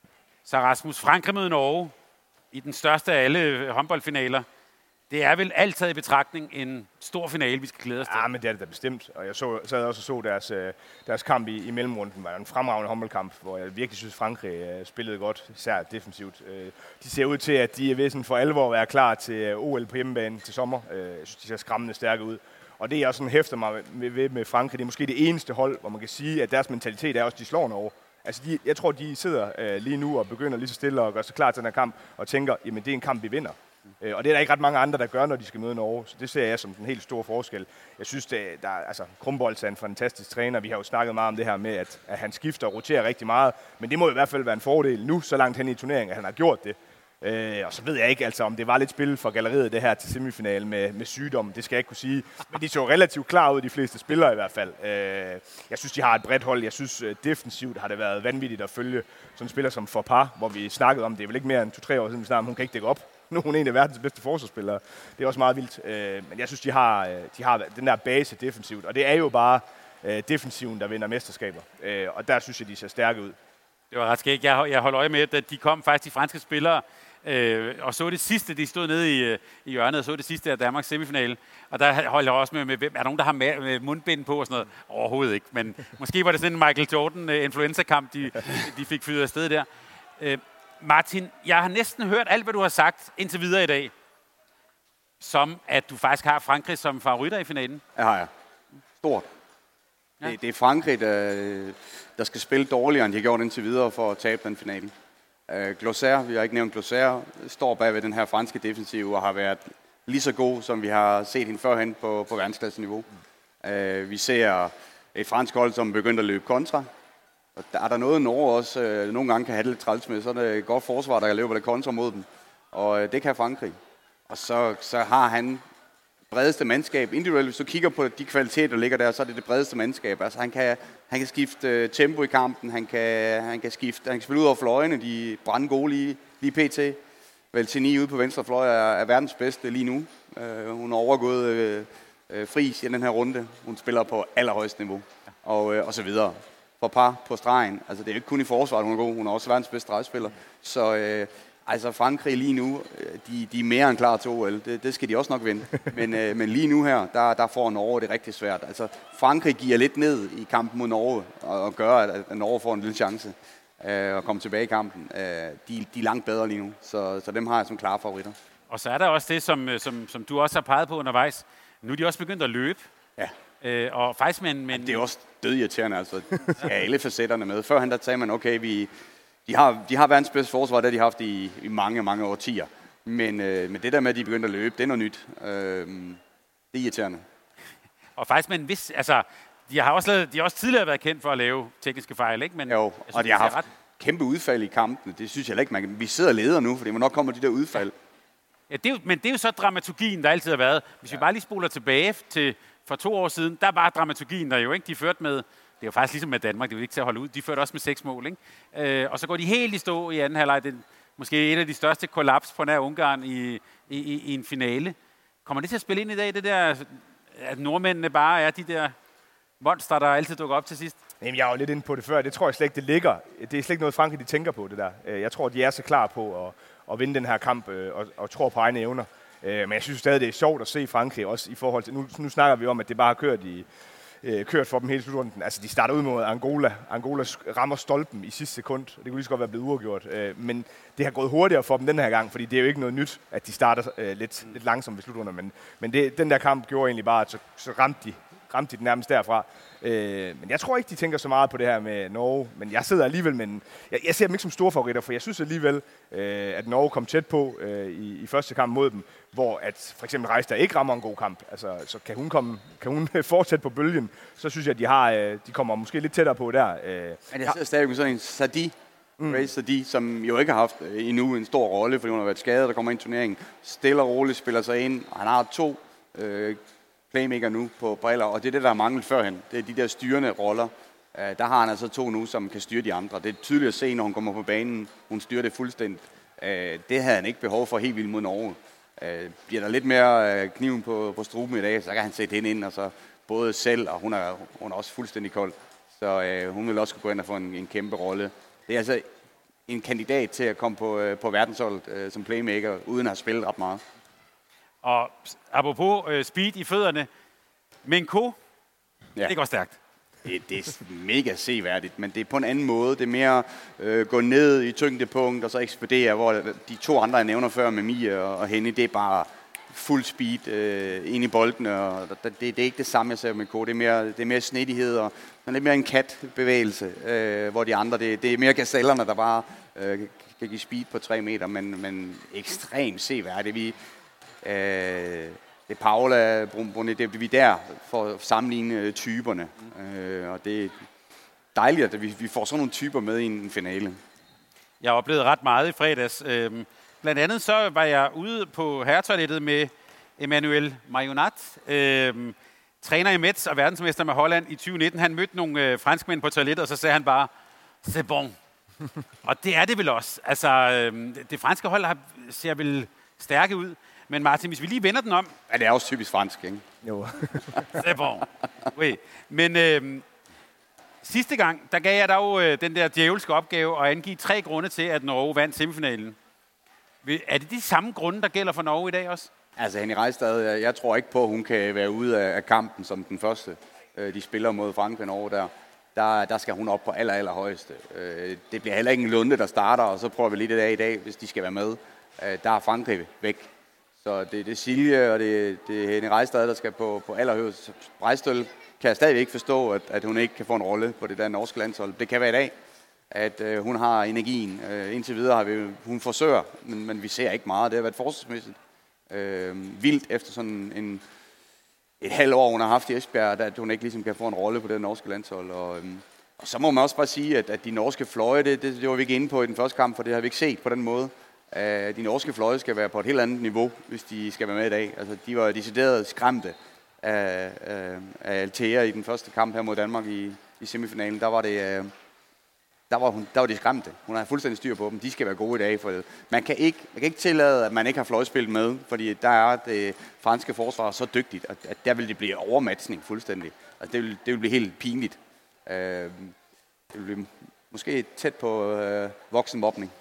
Speaker 2: Så Rasmus, Frankrig møder Norge i den største af alle håndboldfinaler. Det er vel alt taget i betragtning en stor finale, vi skal glæde os til.
Speaker 4: Ja, men det er det da bestemt. Og jeg så, sad også og så deres, deres kamp i, i mellemrunden. Det var en fremragende håndboldkamp, hvor jeg virkelig synes, Frankrig spillede godt, især defensivt. De ser ud til, at de er ved sådan for alvor at være klar til O L på hjemmebane til sommer. Jeg synes, de ser skræmmende stærke ud. Og det, jeg sådan hæfter mig ved med Frankrig, det er måske det eneste hold, hvor man kan sige, at deres mentalitet er også, at de slår Norge. Altså, de, jeg tror, de sidder øh, lige nu og begynder lige så stille og gør sig klar til den her kamp, og tænker, jamen det er en kamp, vi vinder. Øh, og det er der ikke ret mange andre, der gør, når de skal møde Norge. Så det ser jeg som en helt stor forskel. Jeg synes, det, der, altså, Krumboltz er en fantastisk træner. Vi har jo snakket meget om det her med, at, at han skifter og roterer rigtig meget. Men det må i hvert fald være en fordel nu, så langt hen i turneringen, at han har gjort det. Øh, og så ved jeg ikke, altså, om det var lidt spil for galleriet, det her til semifinalen med, med sygdom. Det skal jeg ikke kunne sige. Men de så relativt klar ud, de fleste spillere i hvert fald. Øh, jeg synes, de har et bredt hold. Jeg synes, defensivt har det været vanvittigt at følge sådan en spiller som Forpar, hvor vi snakkede om, det er vel ikke mere end to-tre år siden, vi snakkede om, hun kan ikke dække op. Nu er hun en af verdens bedste forsvarsspillere. Det er også meget vildt. Øh, men jeg synes, de har, de har den der base defensivt. Og det er jo bare øh, defensiven, der vinder mesterskaber. Øh, og der synes jeg, de ser stærke ud.
Speaker 2: Det var ret skægt. Jeg, jeg holder øje med, at de kom faktisk, de franske spillere, øh, og så det sidste, de stod nede i, i hjørnet, og så det sidste af Danmarks semifinale. Og der holder jeg også med, med hvem, er der nogen, der har med, med mundbind på og sådan noget? Overhovedet ikke. Men måske var det sådan en Michael Jordan-influenza-kamp, de, de fik fyret afsted der. Øh, Martin, jeg har næsten hørt alt, hvad du har sagt indtil videre i dag, som at du faktisk har Frankrig som favoritter i finalen.
Speaker 3: Det har jeg. Stort. Ja. Det, det er Frankrig, der, der skal spille dårligere, end de har gjort indtil videre for at tabe den finale. Uh, Glosser, vi har ikke nævnt Glosser, står bag ved den her franske defensiv og har været lige så god, som vi har set hende førhen på, på verdensklasseniveau. Uh, vi ser et fransk hold, som begynder at løbe kontra. Og der er der noget, Norge også øh, nogle gange kan have det lidt træls med, så er det et godt forsvar, der kan løbe det kontra mod dem. Og øh, det kan Frankrig. Og så, så har han bredeste mandskab. Individuelt, hvis du kigger på de kvaliteter, der ligger der, så er det det bredeste mandskab. Altså han kan, han kan skifte øh, tempo i kampen, han kan, han kan skifte, han kan spille ud over fløjene, de brænder gode lige, lige pt. Valtini ude på venstre fløj er, er verdens bedste lige nu. Øh, hun har overgået øh, øh, Friis i den her runde. Hun spiller på allerhøjeste niveau. Og, øh, og så videre. For par på stregen. Altså, det er jo ikke kun i forsvaret, hun er god. Hun er også verdens bedste stregspiller. Så øh, altså, Frankrig lige nu, de, de er mere end klar til O L. Det, det skal de også nok vinde. Men, øh, men lige nu her, der, der får Norge det rigtig svært. Altså, Frankrig giver lidt ned i kampen mod Norge, og, og gør, at, at Norge får en lille chance øh, at komme tilbage i kampen. Øh, de, de er langt bedre lige nu, så, så dem har jeg som klare favoritter. Og
Speaker 2: så er der også det, som, som, som du også har peget på undervejs. Nu er de også begyndt at løbe.
Speaker 3: Ja.
Speaker 2: Øh, og faktisk med en, med en...
Speaker 3: Det er også dødirriterende, altså. Ja, alle facetterne med. Førhen der sagde man, okay, vi, de, har, de har verdens bedste forsvar, det har de haft i, i mange, mange årtier. Men, øh, men det der med, at de begyndte at løbe, det er noget nyt. Øh, det er irriterende.
Speaker 2: Og faktisk med en vis... Altså, de har også, lavet, de har også tidligere været kendt for at lave tekniske fejl, ikke? Men
Speaker 3: jo,
Speaker 2: synes,
Speaker 3: og de har haft ret... kæmpe udfald i kampene. Det synes jeg ikke, man kan... Vi sidder og leder nu, fordi hvornår kommer de der udfald?
Speaker 2: Ja, det er, men det er jo så dramaturgien, der altid har været. Hvis ja. vi bare lige spoler tilbage til... For to år siden, der var dramaturgien der jo, ikke? De førte med, det er jo faktisk ligesom med Danmark, det er jo ikke til at holde ud, de førte også med seks mål, ikke? Øh, og så går de helt i stå i anden halvleg, det er måske et af de største kollaps på nær Ungarn i, i, i, i en finale. Kommer det til at spille ind i dag, det der, at nordmændene bare er de der monster, der altid dukker op til sidst?
Speaker 4: Jamen, jeg var lidt inde på det før. Det tror jeg slet ikke, det ligger. Det er slet ikke noget, Frankrig de tænker på, det der. Jeg tror, de er så klar på at, at vinde den her kamp og, og tror på egne evner. Men jeg synes stadig, det er sjovt at se Frankrig også i forhold til... Nu, nu snakker vi om, at det bare har kørt, i, kørt for dem hele slutrunden. Altså, de starter ud mod Angola. Angola rammer stolpen i sidste sekund. Det kunne lige så godt være blevet uafgjort. Men det har gået hurtigere for dem den her gang, fordi det er jo ikke noget nyt, at de starter lidt, lidt langsomt ved slutrunden. Men, men det, den der kamp gjorde egentlig bare, at så, så ramte de ramte de den nærmest derfra. Øh, men jeg tror ikke, de tænker så meget på det her med Norge. Men jeg sidder alligevel med en... Jeg, jeg ser dem ikke som store favoritter, for jeg synes alligevel, øh, at Norge kom tæt på øh, i, i første kamp mod dem, hvor at for eksempel Reis der ikke rammer en god kamp. Altså, så kan hun, komme, kan hun fortsætte på bølgen, så synes jeg, at de, har, øh, de kommer måske lidt tættere på der. Øh.
Speaker 3: Men jeg ser stadig med sådan en Sadi, mm. Reis Sadi, som jo ikke har haft endnu en stor rolle, fordi hun har været skadet, der kommer ind i turneringen. Stille og roligt spiller sig ind, og han har to... Øh, playmaker nu på briller, og det er det, der har manglet førhen. Det er de der styrende roller. Uh, der har han altså to nu, som kan styre de andre. Det er tydeligt at se, når hun kommer på banen. Hun styrer det fuldstændigt. Uh, det havde han ikke behov for helt vildt mod Norge. Uh, bliver der lidt mere uh, kniven på, på struben i dag, så kan han sætte hende ind, og så både selv, og hun er, hun er også fuldstændig kold. Så uh, hun vil også gå ind og få en, en kæmpe rolle. Det er altså en kandidat til at komme på, uh, på verdensholdet uh, som playmaker, uden at have spillet ret meget.
Speaker 2: Og apropos øh, speed i fødderne, Menko, ja. Det går stærkt.
Speaker 3: Det, det er mega seværdigt, men det er på en anden måde. Det er mere øh, gå ned i tyngdepunkt og så eksplodere, hvor de to andre, jeg nævner før med Mia og, og Henny, det er bare fuld speed øh, ind i bolden. Og det, det er ikke det samme, jeg ser med Menko. Det er mere, det er mere snittighed og lidt mere en katbevægelse, øh, hvor de andre, det, det er mere gazellerne, der bare øh, kan give speed på tre meter, men, men ekstremt seværdigt. Vi Øh, det er Paula Brunet, det er vi der for at sammenligne typerne. Øh, og det er dejligt, at vi, vi får sådan nogle typer med i en finale.
Speaker 2: Jeg har oplevet ret meget i fredags. Øhm, blandt andet så var jeg ude på herretoilettet med Emmanuel Marionat, øhm, træner i Metz og verdensmester med Holland i tyve nitten. Han mødte nogle øh, franskmænd på toilettet, og så sagde han bare, c'est bon. Og det er det vel også. Altså, øhm, det franske hold har, ser vel stærke ud. Men Martin, hvis vi lige vender den om...
Speaker 3: Ja, det er også typisk fransk, ikke?
Speaker 4: Jo.
Speaker 2: C'est bon. Oui. Men øh, sidste gang, der gav jeg dig jo øh, den der djævelske opgave at angive tre grunde til, at Norge vandt semifinalen. Er det de samme grunde, der gælder for Norge i dag også?
Speaker 3: Altså, Henny Reistad, jeg, jeg tror ikke på, at hun kan være ude af, af kampen som den første. Øh, de spiller mod Frankrig Norge der. Der, der skal hun op på aller, aller højeste. Øh, det bliver heller ikke en Lunde, der starter, og så prøver vi lige det der i dag, hvis de skal være med. Øh, der er Frankrig væk. Så det, det er Silje, og det, det er Henny Reistad, der skal på, på allerhøjeste. Reistøl kan jeg stadigvæk ikke forstå, at, at hun ikke kan få en rolle på det der norske landshold. Det kan være i dag, at øh, hun har energien. Øh, indtil videre har vi, hun forsøger, men, men vi ser ikke meget. Det har været forsvarsmæssigt øh, vildt efter sådan en, et halvt år, hun har haft i Esbjerg, at hun ikke ligesom kan få en rolle på det norske landshold. Og, øh, og så må man også bare sige, at, at de norske fløje, det, det, det var vi ikke inde på i den første kamp, for det har vi ikke set på den måde. Uh, de norske fløje skal være på et helt andet niveau, hvis de skal være med i dag. Altså, de var decideret skræmte af, af, af Altea i den første kamp her mod Danmark i, i semifinalen. Der var det, uh, der var hun, der var de skræmte. Hun har fuldstændig styr på dem. De skal være gode i dag. For man kan ikke, man kan ikke tillade, at man ikke har fløjspil med, fordi der er det franske forsvar så dygtigt, at, at der vil det blive overmatchning fuldstændig. Altså, det vil, det vil blive helt pinligt. Uh, det vil blive måske tæt på uh, voksenmobning.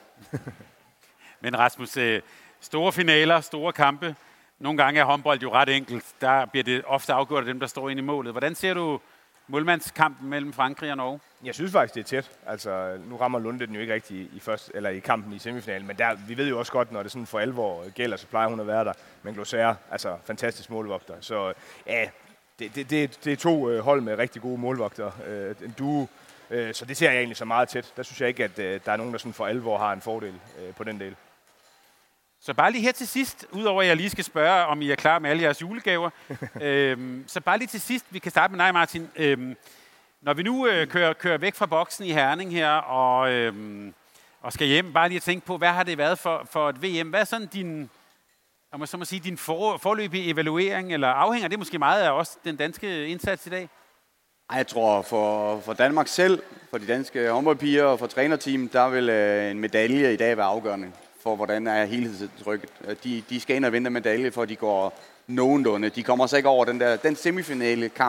Speaker 2: Men Rasmus, store finaler, store kampe. Nogle gange er håndbold jo ret enkelt. Der bliver det ofte afgjort af dem, der står inde i målet. Hvordan ser du målmandskampen mellem Frankrig og Norge?
Speaker 4: Jeg synes faktisk, det er tæt. Altså, nu rammer Lunde den jo ikke rigtig i, første, eller i kampen i semifinalen, men der, vi ved jo også godt, når det sådan for alvor gælder, så plejer hun at være der. Men Glossaire, altså fantastisk målvogter. Så ja, det, det, det, det er to hold med rigtig gode målvogter. En duo. Så det ser jeg egentlig så meget tæt. Der synes jeg ikke, at der er nogen, der sådan for alvor har en fordel på den del.
Speaker 2: Så bare lige her til sidst, udover at jeg lige skal spørge, om I er klar med alle jeres julegaver, øhm, så bare lige til sidst, vi kan starte med dig, Martin. Øhm, når vi nu øh, kører, kører væk fra boksen i Herning her, og, øhm, og skal hjem, bare lige at tænke på, hvad har det været for, for et V M? Hvad er sådan din, om man så må sige, din for, forløbige evaluering, eller afhænger det måske meget af også den danske indsats i dag?
Speaker 3: Ej, jeg tror, for, for Danmark selv, for de danske håndboldpiger og for trænerteam, der vil øh, en medalje i dag være afgørende for, hvordan er helhedsindtrykket. De, de skal ind og vinde medalje, for de går nogenlunde. De kommer så ikke over den der den semifinale kamp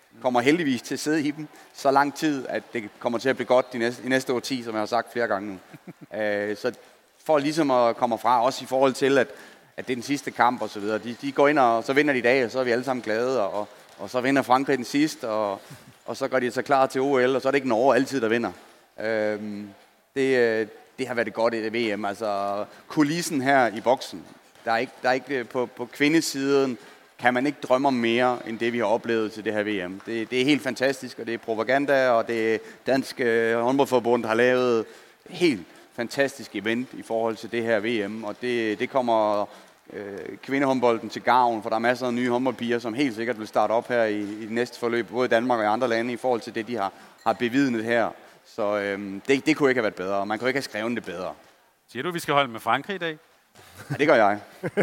Speaker 3: kommer heldigvis til at sidde i dem så lang tid, at det kommer til at blive godt de næste, de næste årti, som jeg har sagt flere gange nu. øh, så for ligesom at komme fra, også i forhold til, at, at det er den sidste kamp og så videre. De, de går ind, og så vinder de i dag, og så er vi alle sammen glade, og, og så vinder Frankrig den sidste, og, og så går de så klar til O L, og så er det ikke Norge altid, der vinder. Øh, det, det har været et godt i V M. Altså kulissen her i boksen, der er ikke, der er ikke på, på kvindesiden, kan man ikke drømme om mere, end det vi har oplevet til det her V M. Det, det er helt fantastisk, og det er propaganda, og det er Dansk øh, Håndboldforbund, der har lavet helt fantastisk event i forhold til det her V M, og det, det kommer øh, kvindehåndbolden til gavn, for der er masser af nye håndboldpiger, som helt sikkert vil starte op her i, i det næste forløb, både i Danmark og i andre lande, i forhold til det, de har, har bevidnet her. Så øh, det, det kunne ikke have været bedre, og man kunne ikke have skrevet det bedre.
Speaker 2: Siger du, at vi skal holde med Frankrig i dag?
Speaker 3: Ja, det gør jeg.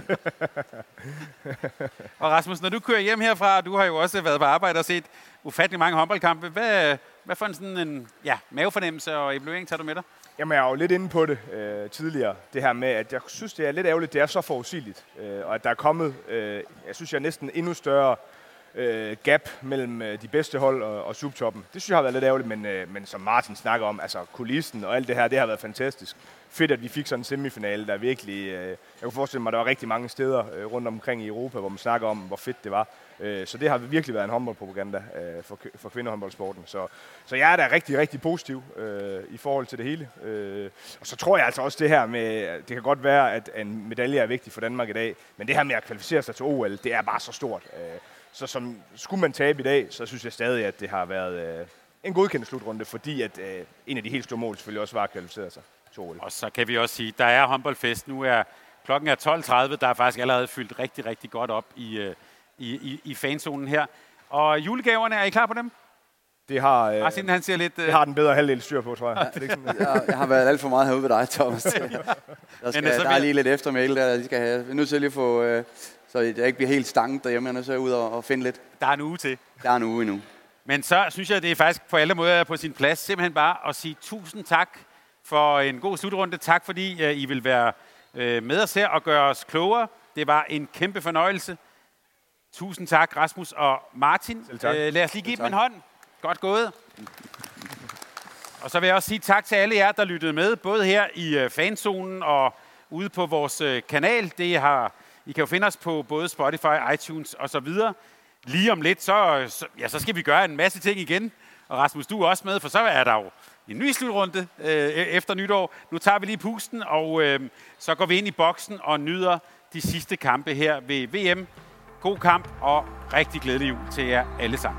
Speaker 2: Og Rasmus, når du kører hjem herfra, du har jo også været på arbejde og set ufattelig mange håndboldkampe. Hvad, hvad for en sådan en ja, mavefornemmelse og evaluering tager du med dig?
Speaker 4: Jamen, jeg er jo lidt inde på det øh, tidligere, det her med, at jeg synes, det er lidt ærgerligt, det er så forudsigeligt, øh, og at der er kommet, øh, jeg synes, jeg er næsten endnu større øh, gap mellem øh, de bedste hold og, og subtoppen. Det synes jeg har været lidt ærgerligt, men, øh, men som Martin snakker om, altså kulissen og alt det her, det har været fantastisk. Fedt, at vi fik sådan en semifinale, der virkelig, øh, jeg kunne forestille mig, at der var rigtig mange steder øh, rundt omkring i Europa, hvor man snakker om, hvor fedt det var. Øh, så det har virkelig været en håndboldpropaganda øh, for, for kvindehåndboldsporten. Så, så jeg er da rigtig, rigtig positiv øh, i forhold til det hele. Øh, og så tror jeg altså også det her med, det kan godt være, at en medalje er vigtig for Danmark i dag, men det her med at kvalificere sig til O L, det er bare så stort. Øh, så som skulle man tabe i dag, så synes jeg stadig, at det har været øh, en godkendt slutrunde, fordi at øh, en af de helt store mål selvfølgelig også var at kvalificere sig.
Speaker 2: Og så kan vi også sige, at der er håndboldfest. Nu er klokken er tolv tredive. Der er faktisk allerede fyldt rigtig, rigtig godt op i, i, i, i fanzonen her. Og julegaverne, er I klar på dem?
Speaker 4: Det har, øh,
Speaker 2: Martin, han siger lidt, øh...
Speaker 4: det har den bedre halvdel styr på, tror jeg. Det er ikke sådan,
Speaker 3: jeg, jeg har været alt for meget herude ved dig, Thomas. Der, skal, der er lige lidt eftermæl, der de skal have. Jeg er nødt til lige at få, øh, så jeg ikke bliver helt stanget derhjemme. Jeg er nødt til at ud og, og finde lidt.
Speaker 2: Der er en uge til.
Speaker 3: Der er en uge endnu.
Speaker 2: Men så synes jeg, det er faktisk på alle måder på sin plads. Simpelthen bare at sige tusind tak for en god slutrunde. Tak fordi uh, I vil være uh, med os her og gøre os klogere. Det var en kæmpe fornøjelse. Tusind tak, Rasmus og Martin. Uh, lad os lige give dem en hånd. Godt gået. Og så vil jeg også sige tak til alle jer, der lyttede med, både her i uh, fanzonen og ude på vores uh, kanal. Det har, I kan jo finde os på både Spotify, iTunes og så videre. Lige om lidt, så, så, ja, så skal vi gøre en masse ting igen. Og Rasmus, du er også med, for så er der jo en ny slutrunde øh, efter nytår. Nu tager vi lige pusten, og øh, så går vi ind i boksen og nyder de sidste kampe her ved V M. God kamp og rigtig glædelig jul til jer alle sammen.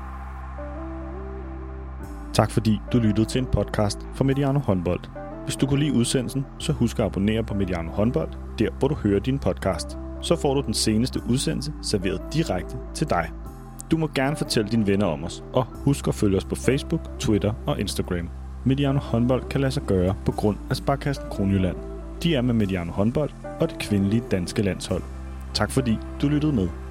Speaker 1: Tak fordi du lyttede til en podcast fra Mediano Håndbold. Hvis du kunne lide udsendelsen, så husk at abonnere på Mediano Håndbold, der hvor du hører din podcast. Så får du den seneste udsendelse serveret direkte til dig. Du må gerne fortælle dine venner om os, og husk at følge os på Facebook, Twitter og Instagram. Mediano Håndbold kan lade sig gøre på grund af Sparkassen Kronjylland. De er med Mediano Håndbold og det kvindelige danske landshold. Tak fordi du lyttede med.